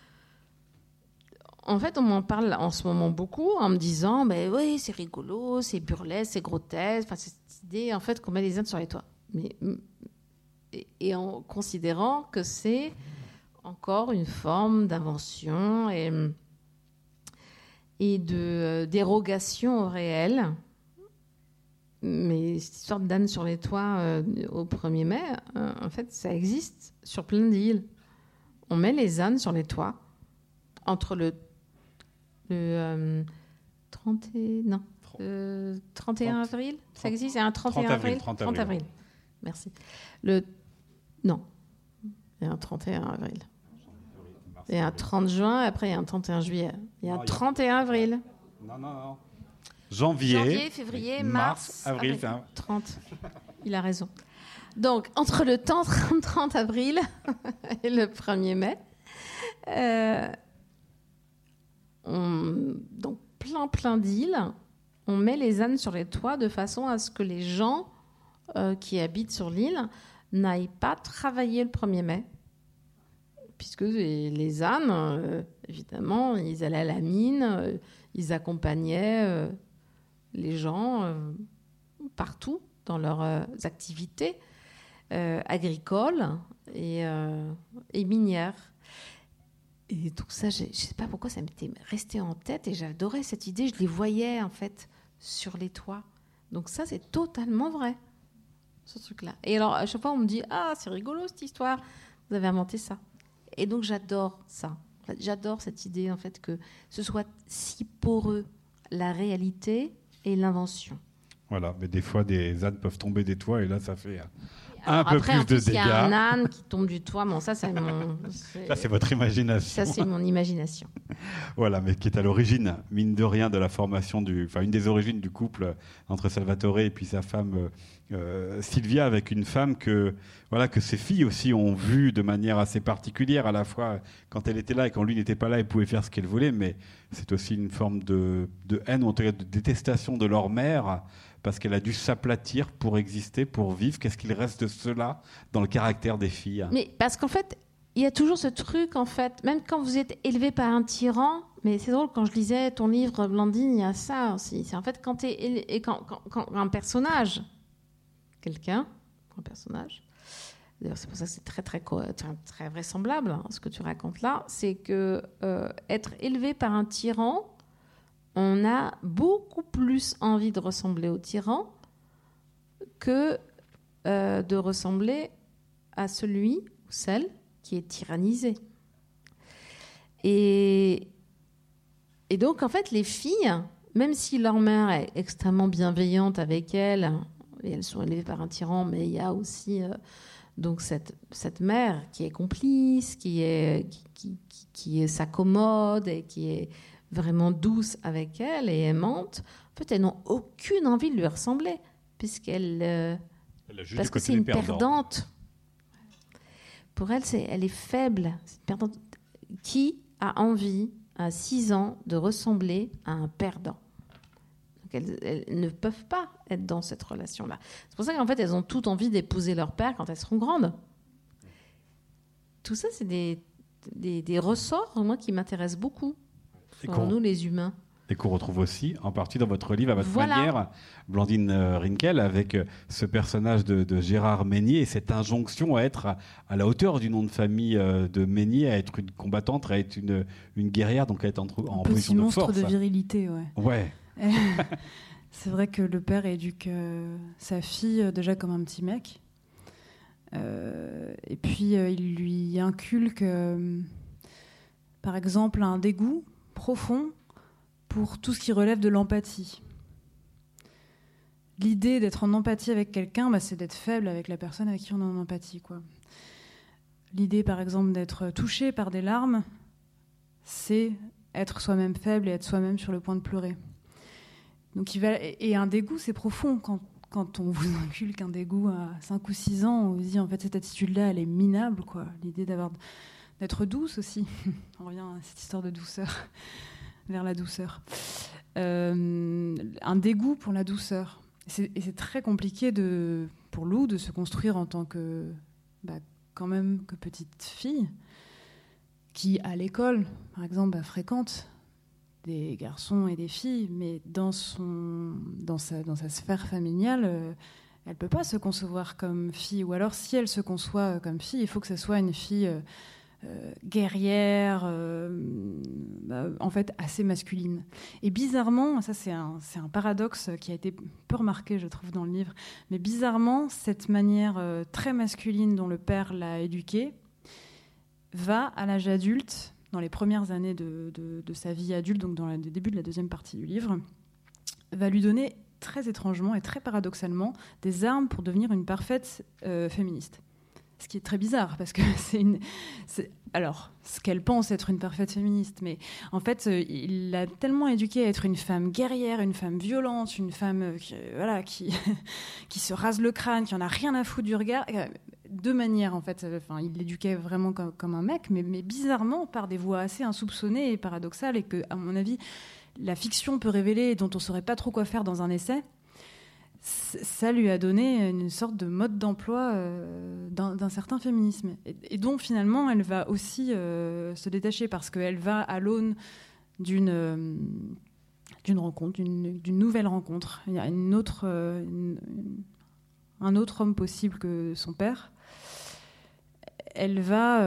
En fait, on m'en parle en ce moment beaucoup en me disant oui, c'est rigolo, c'est burlesque, c'est grotesque. Enfin, c'est cette idée en fait qu'on met les ânes sur les toits. Et en considérant que c'est encore une forme d'invention et de dérogation au réel. Mais cette histoire d'âne sur les toits au 1er mai, en fait, ça existe sur plein d'îles. On met les ânes sur les toits entre le 31 avril. Ça existe, c'est un 31 avril. 30 avril. Merci. Non, il y a un 31 avril. Il y a un 30 juin, après il y a un 31 juillet. Il y a un 31 avril. Non. Janvier, février, mars, avril. 30. Il a raison. Donc, entre le 30 avril et le 1er mai, donc plein d'îles, on met les ânes sur les toits de façon à ce que les gens qui habitent sur l'île n'aillent pas travailler le 1er mai. Puisque les ânes, évidemment, ils allaient à la mine, ils accompagnaient les gens partout dans leurs activités agricoles et minières. Et tout ça, je ne sais pas pourquoi ça m'était resté en tête et j'adorais cette idée. Je les voyais en fait sur les toits. Donc ça, c'est totalement vrai, ce truc-là. Et alors, à chaque fois, on me dit « Ah, c'est rigolo cette histoire, vous avez inventé ça ». Et donc, j'adore ça. J'adore cette idée, en fait, que ce soit si poreux, la réalité et l'invention. Voilà, mais des fois, des ânes peuvent tomber des toits et là, ça fait peu plus de dégâts. Il y a un âne qui tombe du toit. Bon, ça, c'est Ça, c'est votre imagination. Ça, c'est mon imagination. Voilà, mais qui est à l'origine, mine de rien, de la formation une des origines du couple entre Salvatore et puis sa femme Sylvia, avec une femme que ses filles aussi ont vue de manière assez particulière, à la fois quand elle était là et quand lui n'était pas là, elle pouvait faire ce qu'elle voulait, mais c'est aussi une forme de haine ou en tout cas de détestation de leur mère, parce qu'elle a dû s'aplatir pour exister, pour vivre. Qu'est-ce qu'il reste de cela dans le caractère des filles ? Mais parce qu'en fait, il y a toujours ce truc, en fait, même quand vous êtes élevé par un tyran, mais c'est drôle, quand je lisais ton livre, Blandine, il y a ça aussi. C'est en fait quand un personnage, d'ailleurs c'est pour ça que c'est très vraisemblable, hein, ce que tu racontes là, c'est que être élevé par un tyran, on a beaucoup plus envie de ressembler au tyran que de ressembler à celui ou celle qui est tyrannisé. Et donc, en fait, les filles, même si leur mère est extrêmement bienveillante avec elles, et elles sont élevées par un tyran, mais il y a aussi donc cette mère qui est complice, qui s'accommode et qui est vraiment douce avec elle et aimante. En fait, elles n'ont aucune envie de lui ressembler, parce que c'est une perdante. Pour elle, elle est faible. C'est une perdante. Qui a envie, à 6 ans, de ressembler à un perdant ? Donc elles ne peuvent pas être dans cette relation-là. C'est pour ça qu'en fait, elles ont toutes envie d'épouser leur père quand elles seront grandes. Tout ça, c'est des ressorts, moi, qui m'intéressent beaucoup. Pour nous, les humains. Et qu'on retrouve aussi en partie dans votre livre, à votre manière, Blandine Rinkel, avec ce personnage de Gérard Meignier et cette injonction à être à la hauteur du nom de famille de Meignier, à être une combattante, à être une guerrière, donc à être en position de force. Un petit monstre de virilité, ouais. C'est vrai que le père éduque sa fille déjà comme un petit mec. Et puis, il lui inculque, par exemple, un dégoût profond pour tout ce qui relève de l'empathie. L'idée d'être en empathie avec quelqu'un, c'est d'être faible avec la personne avec qui on est en empathie, quoi. L'idée, par exemple, d'être touché par des larmes, c'est être soi-même faible et être soi-même sur le point de pleurer. Donc, et un dégoût, c'est profond. Quand on vous inculque un dégoût à 5 ou 6 ans, on vous dit, en fait, cette attitude-là, elle est minable, quoi. L'idée d'être douce aussi. On revient à cette histoire de douceur, vers la douceur. Un dégoût pour la douceur. Et c'est très compliqué pour Lou de se construire en tant que, quand même, que petite fille, qui, à l'école, par exemple, fréquente des garçons et des filles, mais dans sa sphère familiale, elle ne peut pas se concevoir comme fille. Ou alors, si elle se conçoit comme fille, il faut que ce soit une fille guerrière, en fait, assez masculine. Et bizarrement, ça c'est un paradoxe qui a été peu remarqué, je trouve, dans le livre, mais bizarrement, cette manière très masculine dont le père l'a éduquée va, à l'âge adulte, dans les premières années de sa vie adulte, donc dans le début de la deuxième partie du livre, va lui donner très étrangement et très paradoxalement des armes pour devenir une parfaite féministe. Ce qui est très bizarre, parce que alors, ce qu'elle pense être une parfaite féministe, mais en fait, il l'a tellement éduquée à être une femme guerrière, une femme violente, une femme qui se rase le crâne, qui en a rien à foutre du regard. De manière, en fait, il l'éduquait vraiment comme un mec, mais bizarrement, par des voies assez insoupçonnées et paradoxales, et que, à mon avis, la fiction peut révéler, et dont on ne saurait pas trop quoi faire dans un essai. Ça lui a donné une sorte de mode d'emploi d'un certain féminisme, et dont finalement elle va aussi se détacher, parce qu'elle va à l'aune d'une rencontre, d'une nouvelle rencontre. Il y a un autre homme possible que son père. Elle va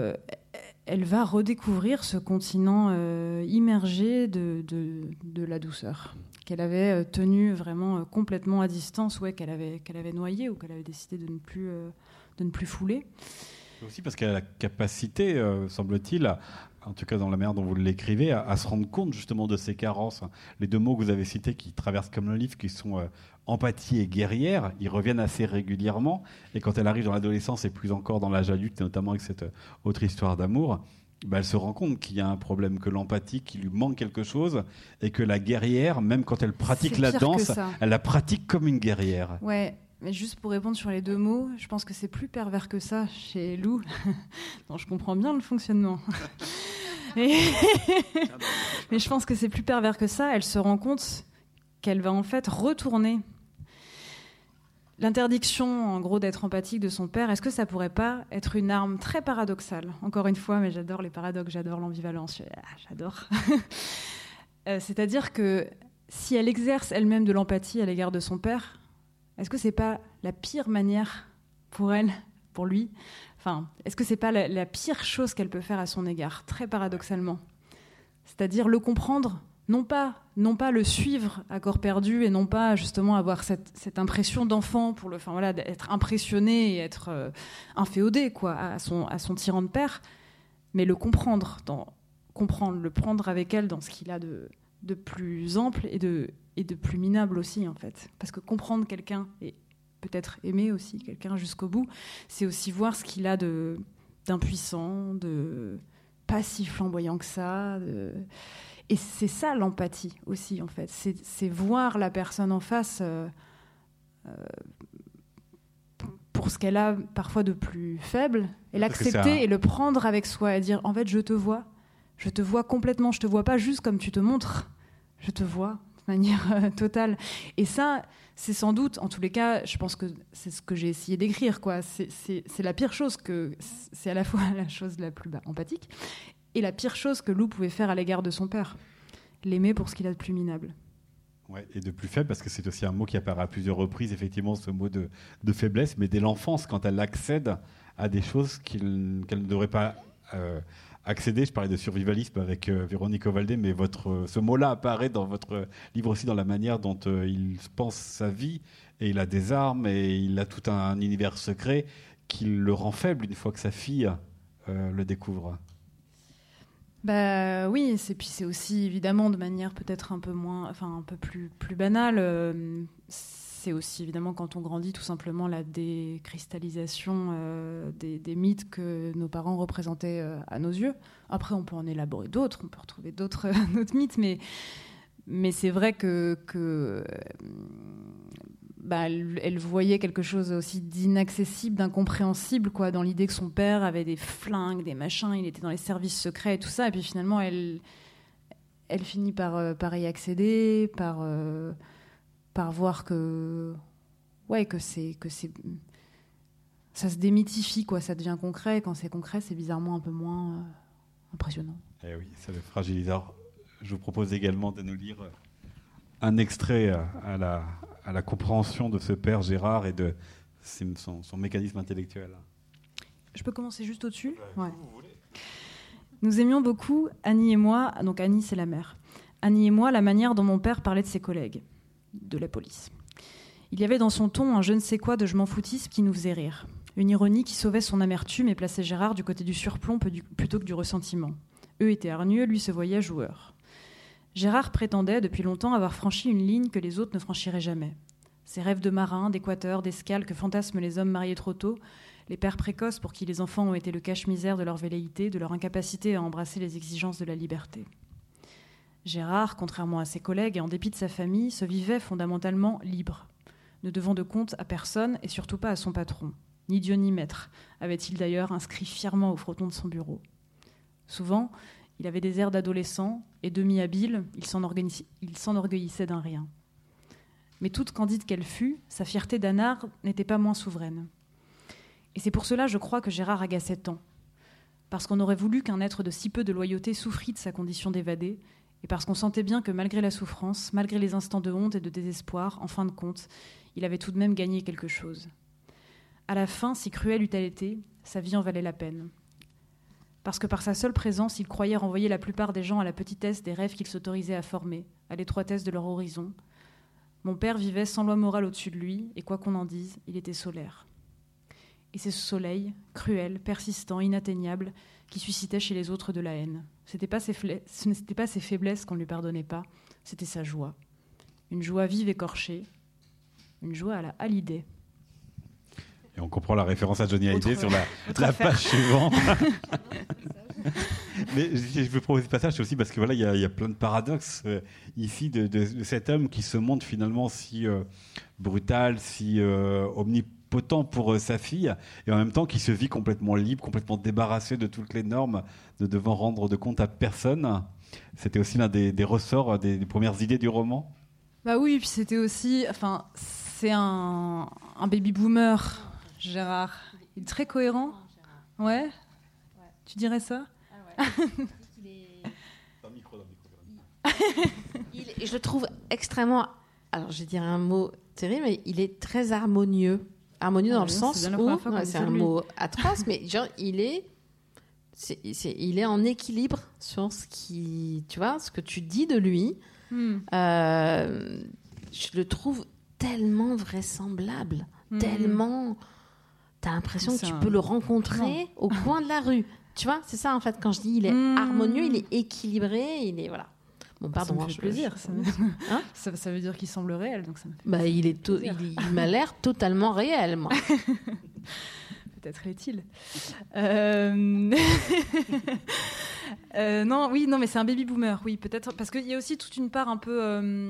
redécouvrir ce continent immergé de la douceur, qu'elle avait tenu vraiment complètement à distance, qu'elle avait noyé, ou qu'elle avait décidé de ne plus fouler. Aussi parce qu'elle a la capacité, semble-t-il, en tout cas dans la manière dont vous l'écrivez, à se rendre compte justement de ses carences. Les deux mots que vous avez cités qui traversent comme le livre, qui sont empathie et guerrière, ils reviennent assez régulièrement. Et quand elle arrive dans l'adolescence, et plus encore dans l'âge adulte, et notamment avec cette autre histoire d'amour, elle se rend compte qu'il y a un problème, que l'empathie, qu'il lui manque quelque chose, et que la guerrière, même quand elle pratique la danse, elle la pratique comme une guerrière. Ouais, mais juste pour répondre sur les deux mots, je pense que c'est plus pervers que ça chez Lou. Non, je comprends bien le fonctionnement. Mais je pense que c'est plus pervers que ça. Elle se rend compte qu'elle va en fait retourner l'interdiction, en gros, d'être empathique de son père. Est-ce que ça pourrait pas être une arme très paradoxale ? Encore une fois, mais j'adore les paradoxes, j'adore l'ambivalence, j'adore. C'est-à-dire que si elle exerce elle-même de l'empathie à l'égard de son père, est-ce que c'est pas la pire manière pour elle, pour lui ? Enfin, est-ce que c'est pas la pire chose qu'elle peut faire à son égard, très paradoxalement ? C'est-à-dire le comprendre, non pas le suivre à corps perdu, et non pas justement avoir cette impression d'enfant d'être impressionné et être inféodé à son tyran de père, mais le comprendre, le prendre avec elle dans ce qu'il a de plus ample et de plus minable aussi, en fait. Parce que comprendre quelqu'un, et peut-être aimer aussi quelqu'un jusqu'au bout, c'est aussi voir ce qu'il a d'impuissant, de pas si flamboyant que ça. Et c'est ça l'empathie aussi, en fait. C'est voir la personne en face pour ce qu'elle a parfois de plus faible, et l'accepter et le prendre avec soi, et dire en fait je te vois complètement, je te vois pas juste comme tu te montres, je te vois de manière totale. Et ça, c'est sans doute, en tous les cas, je pense que c'est ce que j'ai essayé d'écrire, quoi. C'est la pire chose, c'est à la fois la chose la plus empathique et la pire chose que Lou pouvait faire à l'égard de son père, l'aimer pour ce qu'il a de plus minable. Ouais, et de plus faible, parce que c'est aussi un mot qui apparaît à plusieurs reprises, effectivement, ce mot de faiblesse, mais dès l'enfance, quand elle accède à des choses qu'elle ne devrait pas accéder. Je parlais de survivalisme avec Véronique Ovaldé, mais ce mot-là apparaît dans votre livre aussi, dans la manière dont il pense sa vie, et il a des armes, et il a tout un univers secret qui le rend faible une fois que sa fille le découvre. Bah oui, puis c'est aussi évidemment de manière peut-être un peu plus banale. C'est aussi évidemment quand on grandit tout simplement la décristallisation des mythes que nos parents représentaient à nos yeux. Après, on peut en élaborer d'autres, on peut retrouver d'autres mythes, mais c'est vrai que elle voyait quelque chose aussi d'inaccessible, d'incompréhensible, quoi, dans l'idée que son père avait des flingues, des machins, il était dans les services secrets et tout ça, et puis finalement elle finit par y accéder, par voir que ça se démythifie, quoi. Ça devient concret. Quand c'est concret, c'est bizarrement un peu moins impressionnant. Eh oui, ça le fragilise. Alors, je vous propose également de nous lire un extrait à la compréhension de ce père Gérard et de son mécanisme intellectuel. Je peux commencer juste au-dessus ? Ouais. Nous aimions beaucoup, Annie et moi, donc Annie c'est la mère, Annie et moi, la manière dont mon père parlait de ses collègues, de la police. Il y avait dans son ton un je ne sais quoi de je m'en foutisme qui nous faisait rire. Une ironie qui sauvait son amertume et plaçait Gérard du côté du surplomb plutôt que du ressentiment. Eux étaient hargneux, lui se voyait joueur. Gérard prétendait depuis longtemps avoir franchi une ligne que les autres ne franchiraient jamais. Ses rêves de marin, d'équateur, d'escale que fantasment les hommes mariés trop tôt, les pères précoces pour qui les enfants ont été le cache-misère de leur velléité, de leur incapacité à embrasser les exigences de la liberté. Gérard, contrairement à ses collègues et en dépit de sa famille, se vivait fondamentalement libre, ne devant de compte à personne et surtout pas à son patron. Ni Dieu ni maître, avait-il d'ailleurs inscrit fièrement au frotton de son bureau. Souvent, il avait des airs d'adolescent et demi-habile, il s'enorgueillissait d'un rien. Mais toute candide qu'elle fût, sa fierté d'anard n'était pas moins souveraine. Et c'est pour cela, je crois, que Gérard agaçait tant. Parce qu'on aurait voulu qu'un être de si peu de loyauté souffrît de sa condition d'évadé, et parce qu'on sentait bien que malgré la souffrance, malgré les instants de honte et de désespoir, en fin de compte, il avait tout de même gagné quelque chose. À la fin, si cruelle eût-elle été, sa vie en valait la peine. Parce que par sa seule présence, il croyait renvoyer la plupart des gens à la petitesse des rêves qu'ils s'autorisaient à former, à l'étroitesse de leur horizon. Mon père vivait sans loi morale au-dessus de lui, et quoi qu'on en dise, il était solaire. Et c'est ce soleil, cruel, persistant, inatteignable, qui suscitait chez les autres de la haine. Ce n'était pas ses faiblesses qu'on ne lui pardonnait pas, c'était sa joie. Une joie vive écorchée, une joie à la Hallyday. Et on comprend la référence à Johnny Hallyday sur la page suivante. Mais je veux proposer ce passage aussi parce que voilà, il y a plein de paradoxes ici de cet homme qui se montre finalement si brutal, si omnipotent pour sa fille, et en même temps qui se vit complètement libre, complètement débarrassé de toutes les normes, ne devant rendre de compte à personne. C'était aussi l'un des ressorts, des premières idées du roman. Bah oui, puis c'était aussi, c'est un baby boomer, Gérard. Il est très cohérent. Ouais. Tu dirais ça? Je le trouve extrêmement, alors je vais dire un mot terrible, mais il est très harmonieux dans le sens où c'est un mot atroce, mais genre il est en équilibre sur ce que tu dis de lui. Je le trouve tellement vraisemblable, tellement. T'as l'impression que tu peux le rencontrer au coin de la rue. Tu vois, c'est ça en fait. Quand je dis il est harmonieux, il est équilibré, il est voilà. Bon, pardon, ça me fait plaisir. Ça veut dire qu'il semble réel, donc ça me fait plaisir. Il m'a l'air totalement réel, moi. Peut-être l'est-il. Non, mais c'est un baby boomer, oui, peut-être, parce qu'il y a aussi toute une part un peu,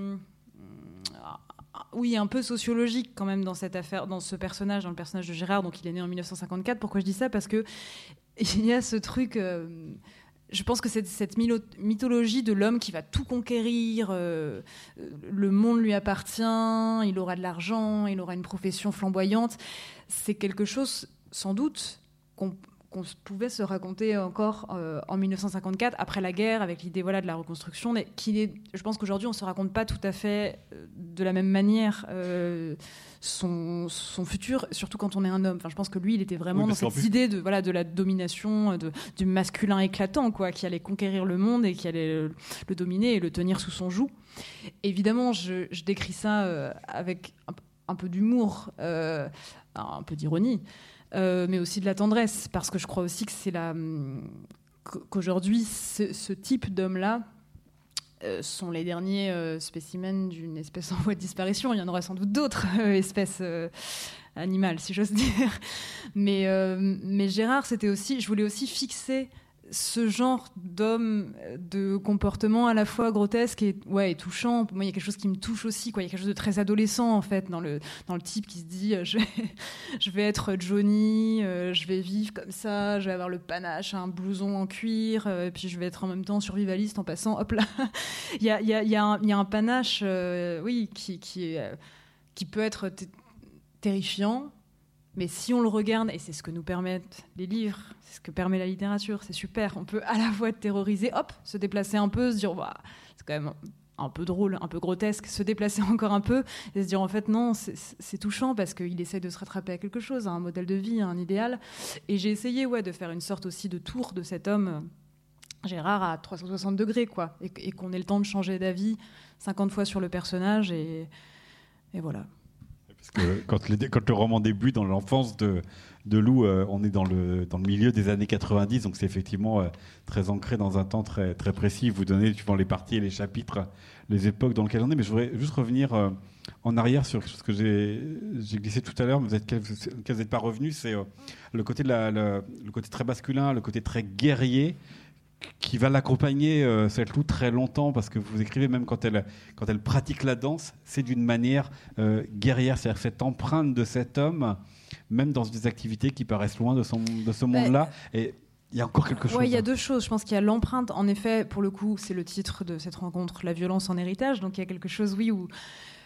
un peu sociologique quand même dans cette affaire, dans ce personnage, dans le personnage de Gérard. Donc, il est né en 1954. Pourquoi je dis ça? Parce que il y a ce truc. Je pense que cette mythologie de l'homme qui va tout conquérir, le monde lui appartient, il aura de l'argent, il aura une profession flamboyante, c'est quelque chose, sans doute, qu'on pouvait se raconter encore en 1954, après la guerre, avec l'idée de la reconstruction, mais je pense qu'aujourd'hui, on ne se raconte pas tout à fait de la même manière son futur, surtout quand on est un homme. Enfin, je pense que lui, il était vraiment dans cette idée de la domination, du masculin éclatant, quoi, qui allait conquérir le monde et qui allait le dominer et le tenir sous son joug. Évidemment, je décris ça avec un peu d'humour, un peu d'ironie, mais aussi de la tendresse, parce que je crois aussi que qu'aujourd'hui, ce type d'homme-là sont les derniers spécimens d'une espèce en voie de disparition. Il y en aura sans doute d'autres espèces animales, si j'ose dire. Mais Gérard, je voulais aussi fixer ce genre d'homme, de comportement à la fois grotesque et touchant. Moi, il y a quelque chose qui me touche aussi, quoi. Il y a quelque chose de très adolescent en fait dans le type qui se dit je vais être Johnny, je vais vivre comme ça, je vais avoir le panache, un blouson en cuir, puis je vais être en même temps survivaliste en passant. Hop là, il y a un panache, qui peut être terrifiant, mais si on le regarde, et c'est ce que nous permettent les livres, c'est ce que permet la littérature, c'est super, on peut à la fois être terrorisé, hop, se déplacer un peu, se dire, bah, c'est quand même un peu drôle, un peu grotesque, se déplacer encore un peu, et se dire, en fait, non, c'est touchant, parce qu'il essaye de se rattraper à quelque chose, à un modèle de vie, à un idéal. Et j'ai essayé de faire une sorte aussi de tour de cet homme, Gérard, à 360 degrés, quoi, et qu'on ait le temps de changer d'avis 50 fois sur le personnage, et voilà. Parce que quand le roman débute dans l'enfance de Lou, on est dans le milieu des années 90, donc c'est effectivement très ancré dans un temps très, très précis. Vous donnez, suivant les parties et les chapitres, les époques dans lesquelles on est. Mais je voudrais juste revenir en arrière sur quelque chose que j'ai glissé tout à l'heure, mais vous n'êtes pas revenu. C'est le côté le côté très masculin, le côté très guerrier, qui va l'accompagner, cette Lou, très longtemps, parce que vous écrivez même quand elle pratique la danse, c'est d'une manière guerrière, c'est-à-dire cette empreinte de cet homme, même dans des activités qui paraissent loin de ce monde-là. Et il y a encore quelque chose. Oui, il y a deux choses. Je pense qu'il y a l'empreinte. En effet, pour le coup, c'est le titre de cette rencontre, La violence en héritage. Donc il y a quelque chose, oui, où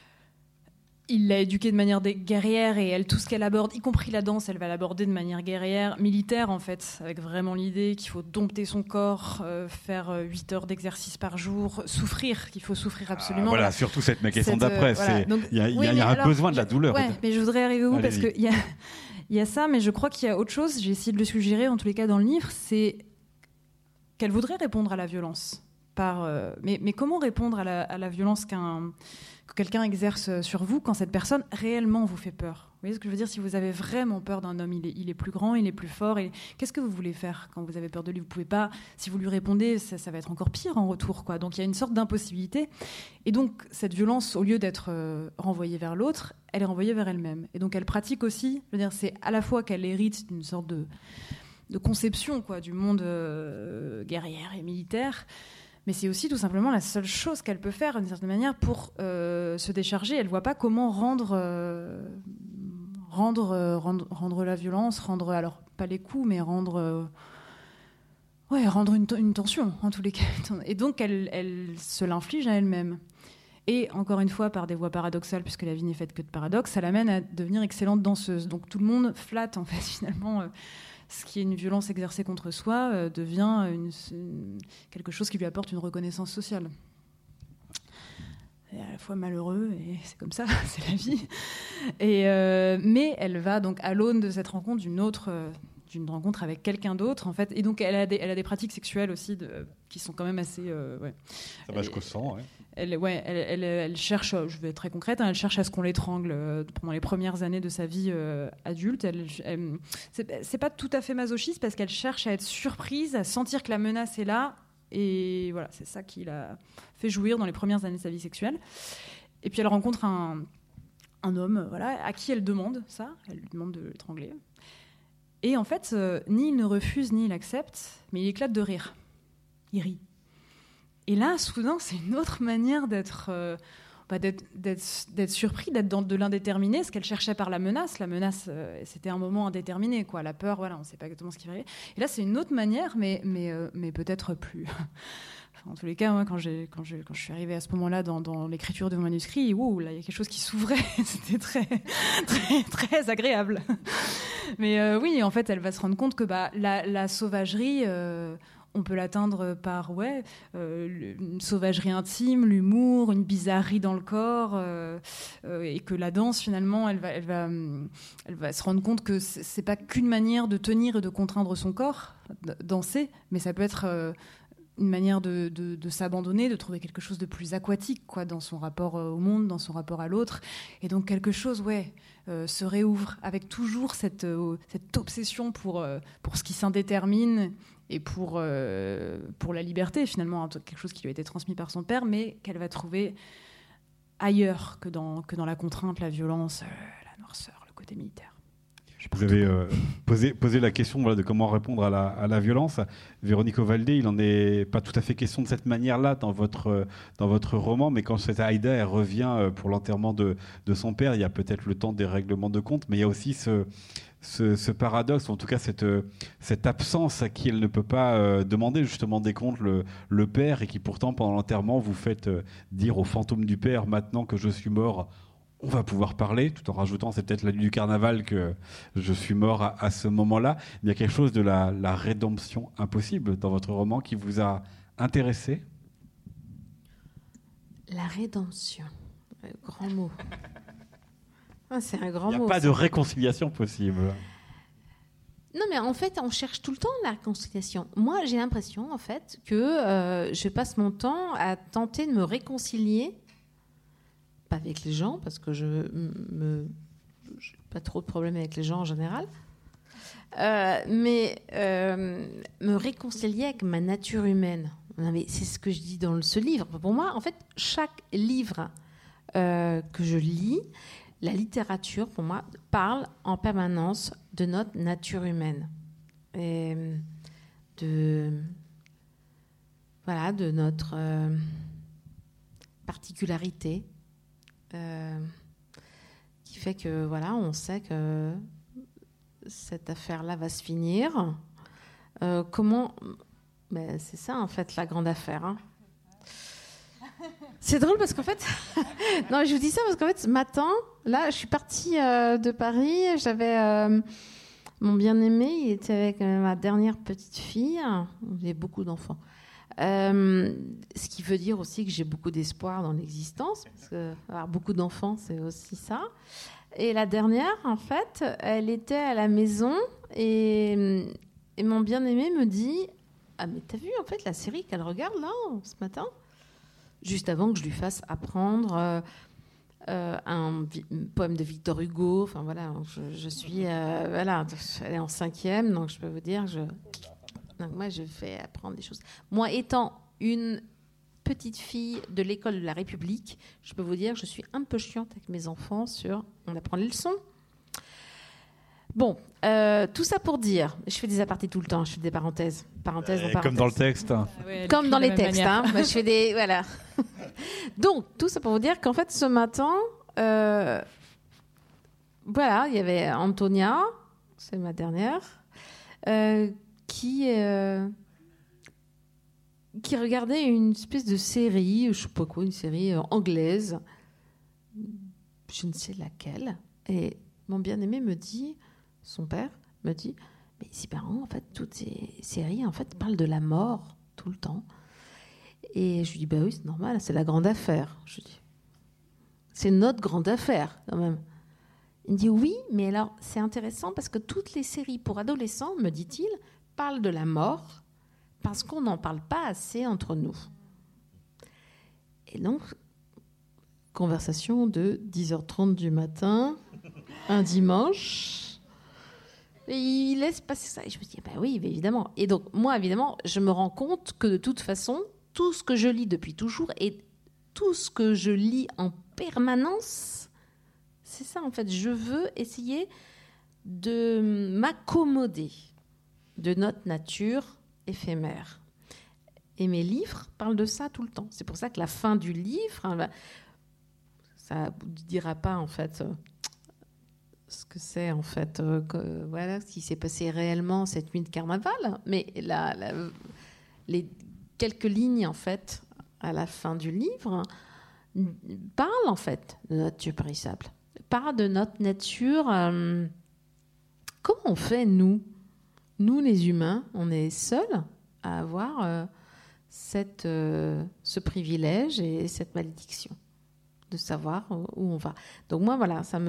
il l'a éduquée de manière guerrière, et elle, tout ce qu'elle aborde, y compris la danse, elle va l'aborder de manière guerrière, militaire en fait, avec vraiment l'idée qu'il faut dompter son corps, faire 8 heures d'exercice par jour, souffrir, qu'il faut souffrir absolument. Voilà, surtout cette question d'après. Voilà. Il y a un besoin de la douleur. Ouais, mais je voudrais arriver où, parce qu'il y a ça, mais je crois qu'il y a autre chose, j'ai essayé de le suggérer en tous les cas dans le livre, c'est qu'elle voudrait répondre à la violence. Mais comment répondre à la violence que quelqu'un exerce sur vous quand cette personne réellement vous fait peur? Vous voyez ce que je veux dire? Si vous avez vraiment peur d'un homme, il est plus grand, il est plus fort. Qu'est-ce que vous voulez faire quand vous avez peur de lui? Vous pouvez pas. Si vous lui répondez, ça va être encore pire en retour, quoi. Donc il y a une sorte d'impossibilité. Et donc cette violence, au lieu d'être renvoyée vers l'autre, elle est renvoyée vers elle-même. Et donc elle pratique aussi. Je veux dire, c'est à la fois qu'elle hérite d'une sorte de conception, quoi, du monde guerrière et militaire. Mais c'est aussi tout simplement la seule chose qu'elle peut faire d'une certaine manière pour se décharger. Elle ne voit pas comment rendre la violence, alors pas les coups, mais rendre une tension en tous les cas. Et donc elle se l'inflige à elle-même. Et encore une fois, par des voies paradoxales, puisque la vie n'est faite que de paradoxes, ça l'amène à devenir excellente danseuse. Donc tout le monde flatte en fait finalement. Ce qui est une violence exercée contre soi devient quelque chose qui lui apporte une reconnaissance sociale. C'est à la fois malheureux, et c'est comme ça, c'est la vie. Mais elle va donc à l'aune de cette rencontre, d'une rencontre avec quelqu'un d'autre, en fait. Et donc elle a des pratiques sexuelles aussi qui sont quand même assez... Ça va jusqu'au sang, ouais. Elle cherche, je vais être très concrète, elle cherche à ce qu'on l'étrangle pendant les premières années de sa vie adulte. C'est pas tout à fait masochiste, parce qu'elle cherche à être surprise, à sentir que la menace est là, et voilà, c'est ça qui l'a fait jouir dans les premières années de sa vie sexuelle. Et puis elle rencontre un homme, voilà, à qui elle demande ça, elle lui demande de l'étrangler. Et en fait, ni il ne refuse, ni il accepte, mais il éclate de rire. Il rit. Et là, soudain, c'est une autre manière d'être surpris, d'être de l'indéterminé, ce qu'elle cherchait par la menace. La menace, c'était un moment indéterminé, quoi. La peur, voilà, on ne sait pas exactement ce qui va arriver. Et là, c'est une autre manière, mais peut-être plus... Enfin, en tous les cas, moi, quand je suis arrivée à ce moment-là dans l'écriture de mon manuscrit, là, il y a quelque chose qui s'ouvrait. C'était très, très, très agréable. Mais oui, en fait, elle va se rendre compte que la sauvagerie... on peut l'atteindre par une sauvagerie intime, l'humour, une bizarrerie dans le corps, et que la danse, finalement, elle va se rendre compte que c'est pas qu'une manière de tenir et de contraindre son corps, danser, mais ça peut être une manière de s'abandonner, de trouver quelque chose de plus aquatique, quoi, dans son rapport au monde, dans son rapport à l'autre. Et donc quelque chose, se réouvre avec toujours cette obsession pour ce qui s'indétermine et pour la liberté, finalement, quelque chose qui lui a été transmis par son père, mais qu'elle va trouver ailleurs que dans la contrainte, la violence, la noirceur, le côté militaire. Vous avez posé la question de comment répondre à la violence. Véronique Ovaldé, il n'en est pas tout à fait question de cette manière-là dans votre roman, mais quand cette Aïda elle revient pour l'enterrement de son père, il y a peut-être le temps des règlements de compte, mais il y a aussi ce paradoxe, ou en tout cas cette absence à qui elle ne peut pas demander justement des comptes, le père, et qui pourtant pendant l'enterrement vous faites dire au fantôme du père: maintenant que je suis mort, on va pouvoir parler, tout en rajoutant, c'est peut-être la nuit du carnaval que je suis mort à ce moment-là. Il y a quelque chose de la rédemption impossible dans votre roman qui vous a intéressé? La rédemption, grand mot. C'est un grand mot. Il n'y a pas de réconciliation possible. Non, mais en fait, on cherche tout le temps la réconciliation. Moi, j'ai l'impression, en fait, que je passe mon temps à tenter de me réconcilier, pas avec les gens, parce que je n'ai pas trop de problèmes avec les gens en général, mais me réconcilier avec ma nature humaine. Non, mais c'est ce que je dis dans ce livre. Pour moi, en fait, chaque livre que je lis, la littérature, pour moi, parle en permanence de notre nature humaine et de notre particularité qui fait que on sait que cette affaire-là va se finir. Comment c'est ça en fait la grande affaire. Hein. C'est drôle parce qu'en fait, non, je vous dis ça parce qu'en fait, ce matin, là, je suis partie de Paris. J'avais mon bien-aimé, il était avec ma dernière petite fille. J'ai beaucoup d'enfants. Ce qui veut dire aussi que j'ai beaucoup d'espoir dans l'existence, parce que avoir beaucoup d'enfants, c'est aussi ça. Et la dernière, en fait, elle était à la maison et mon bien-aimé me dit « Ah, mais t'as vu, en fait, la série qu'elle regarde, là, ce matin ?» Juste avant que je lui fasse apprendre un poème de Victor Hugo. Enfin, voilà, je suis... elle est en 5e, donc je peux vous dire... Donc moi, je fais apprendre des choses. Moi, étant une petite fille de l'école de la République, je peux vous dire que je suis un peu chiante avec mes enfants sur... On apprend les leçons. Bon, tout ça pour dire... Je fais des apartés tout le temps, je fais des parenthèses. Comme dans le texte. Comme dans les textes. Hein. Moi, je fais des... Voilà. Donc, tout ça pour vous dire qu'en fait, ce matin... il y avait Antonia, c'est ma dernière... qui regardait une espèce de série, je sais pas quoi, une série anglaise, je ne sais laquelle. Et mon bien-aimé me dit, son père me dit, mais c'est marrant, en fait, toutes ces séries, en fait, parlent de la mort tout le temps. Et je lui dis, bah oui, c'est normal, c'est la grande affaire. Je dis, c'est notre grande affaire, quand même. Il me dit, oui, mais alors, c'est intéressant parce que toutes les séries pour adolescents, me dit-il, parle de la mort parce qu'on n'en parle pas assez entre nous. Et donc, conversation de 10h30 du matin, un dimanche, et il laisse passer ça. Et je me dis, bah oui, évidemment. Et donc, moi, évidemment, je me rends compte que de toute façon, tout ce que je lis depuis toujours et tout ce que je lis en permanence, c'est ça, en fait. Je veux essayer de m'accommoder de notre nature éphémère. Et mes livres parlent de ça tout le temps. C'est pour ça que la fin du livre, ça ne vous dira pas, en fait, ce que c'est, en fait, ce qui s'est passé réellement cette nuit de carnaval. Mais les quelques lignes, en fait, à la fin du livre, parlent, en fait, de notre nature périssable. Parlent de notre nature... comment on fait, nous, les humains, on est seuls à avoir ce privilège et cette malédiction de savoir où on va. Donc moi, voilà, ça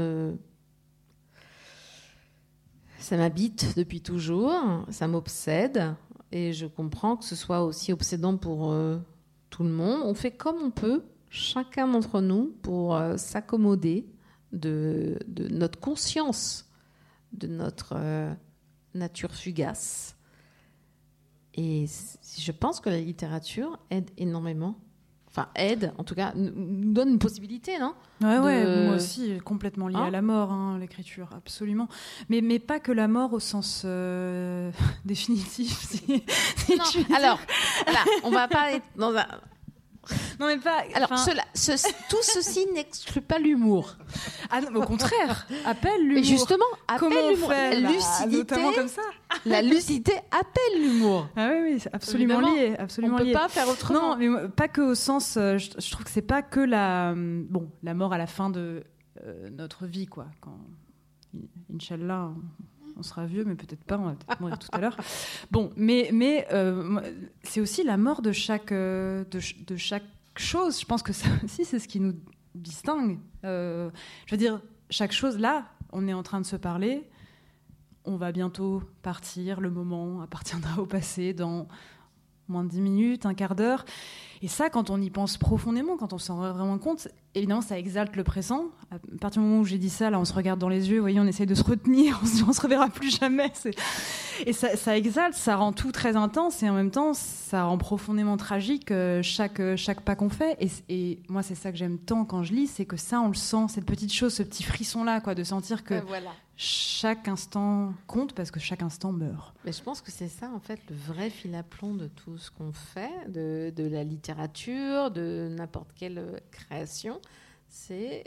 m'habite depuis toujours, ça m'obsède et je comprends que ce soit aussi obsédant pour tout le monde. On fait comme on peut, chacun d'entre nous, pour s'accommoder de notre conscience, de notre nature fugace. Et je pense que la littérature aide énormément. Enfin, aide, en tout cas, nous donne une possibilité, non ? Ouais, moi aussi, complètement liée à la mort, l'écriture, absolument. Mais pas que la mort au sens définitif. Non, alors, là, on va pas être dans un... Non, mais pas... Alors, tout ceci n'exclut pas l'humour. Ah non, au contraire, appelle l'humour. Mais justement, appelle l'humour. La lucidité, notamment comme ça. La lucidité appelle l'humour. Ah oui, c'est absolument lié. Absolument on ne peut lié. pas faire autrement. Non, mais pas que au sens... je trouve que c'est pas que la mort à la fin de notre vie, quoi. Quand, Inch'Allah, on sera vieux, mais peut-être pas, on va peut-être mourir tout à l'heure. Bon, mais c'est aussi la mort de chaque chose. Je pense que ça aussi, c'est ce qui nous distingue. Je veux dire, chaque chose, là, on est en train de se parler, on va bientôt partir, le moment appartiendra au passé dans moins de 10 minutes, un quart d'heure. Et ça, quand on y pense profondément, quand on s'en rend vraiment compte, évidemment, ça exalte le présent. À partir du moment où j'ai dit ça, là, on se regarde dans les yeux, vous voyez, on essaye de se retenir, on se dit on se reverra plus jamais. Et ça exalte, ça rend tout très intense, et en même temps, ça rend profondément tragique chaque pas qu'on fait. Et moi, c'est ça que j'aime tant quand je lis, c'est que ça, on le sent, cette petite chose, ce petit frisson-là, quoi, de sentir que chaque instant compte, parce que chaque instant meurt. Mais je pense que c'est ça, en fait, le vrai fil à plomb de tout ce qu'on fait, de la littérature, de n'importe quelle création, c'est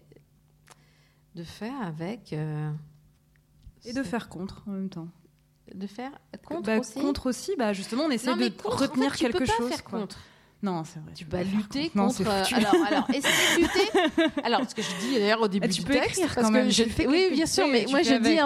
de faire avec... et de faire contre, en même temps. De faire contre aussi. Contre aussi, justement, on essaie de retenir quelque chose. Tu peux pas faire contre. Non, c'est vrai. Tu vas lutter contre. Alors, essayer de lutter. Alors, ce que je dis d'ailleurs au début du texte, parce que je fais. Oui, bien sûr, mais moi je dis en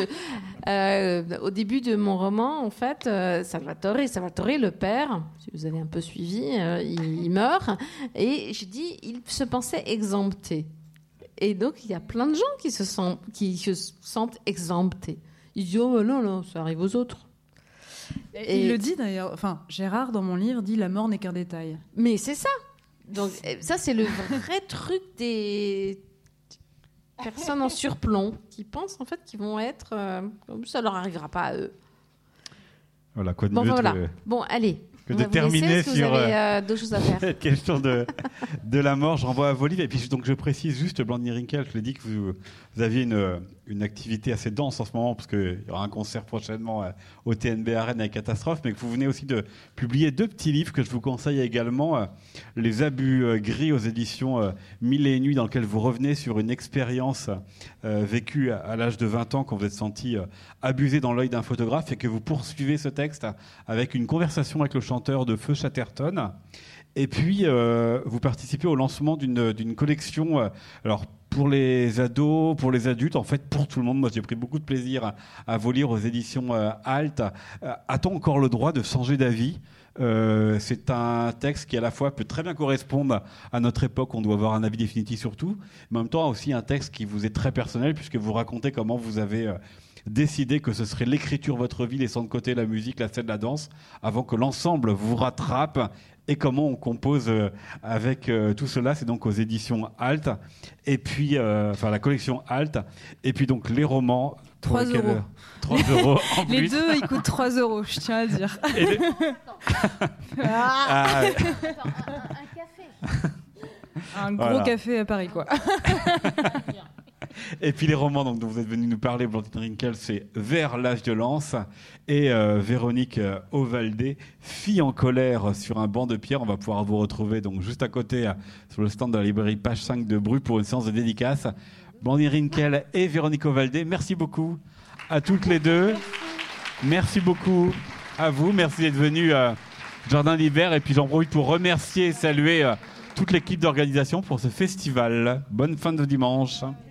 fait au début de mon roman, en fait, Salvatore, le père, si vous avez un peu suivi, il meurt, et je dis, il se pensait exempté, et donc il y a plein de gens qui se sentent exemptés. Il dit oh non, ça arrive aux autres. Et il le dit d'ailleurs, enfin Gérard dans mon livre dit la mort n'est qu'un détail. Mais c'est ça. Donc ça c'est le vrai truc des personnes en surplomb qui pensent en fait qu'ils vont être, ça leur arrivera pas à eux. Voilà quoi de mieux. Voilà. Bon allez. Que de terminer sur vous avez d'autres choses à faire. Cette question de la mort, je renvoie à vos livres. Et puis donc je précise juste, Blandine Rinkel, je l'ai dit que vous aviez une activité assez dense en ce moment, parce qu'il y aura un concert prochainement au TNB Arène avec Catastrophe, mais que vous venez aussi de publier 2 petits livres que je vous conseille également. Les abus gris aux éditions 1000 et une nuits, dans lequel vous revenez sur une expérience vécue à l'âge de 20 ans, quand vous êtes senti abusé dans l'œil d'un photographe, et que vous poursuivez ce texte avec une conversation avec le chanteur de Feu Chatterton. Et puis, vous participez au lancement d'une collection, alors pour les ados, pour les adultes, en fait, pour tout le monde. Moi, j'ai pris beaucoup de plaisir à vous lire aux éditions Alt. A-t-on encore le droit de changer d'avis ? C'est un texte qui, à la fois, peut très bien correspondre à notre époque, on doit avoir un avis définitif sur tout, mais en même temps, aussi un texte qui vous est très personnel, puisque vous racontez comment vous avez... décider que ce serait l'écriture votre vie, laissant de côté la musique, la scène, la danse, avant que l'ensemble vous rattrape, et comment on compose avec tout cela. C'est donc aux éditions Alt, et puis la collection Alt, et puis donc les romans. 3 euros. 3 euros en plus. Les deux, ils coûtent 3 euros, je tiens à dire. Un café. Un gros café à Paris, quoi. Et puis les romans dont vous êtes venu nous parler, Blandine Rinkel, c'est Vers la violence, et Véronique Ovaldé, Fille en colère sur un banc de pierre. On va pouvoir vous retrouver donc juste à côté sur le stand de la librairie Page 5 de Bru pour une séance de dédicace. Blandine Rinkel et Véronique Ovaldé, merci beaucoup à toutes les deux. Merci beaucoup à vous. Merci d'être venus Jardin d'hiver. Et puis j'en profite pour remercier et saluer toute l'équipe d'organisation pour ce festival. Bonne fin de dimanche.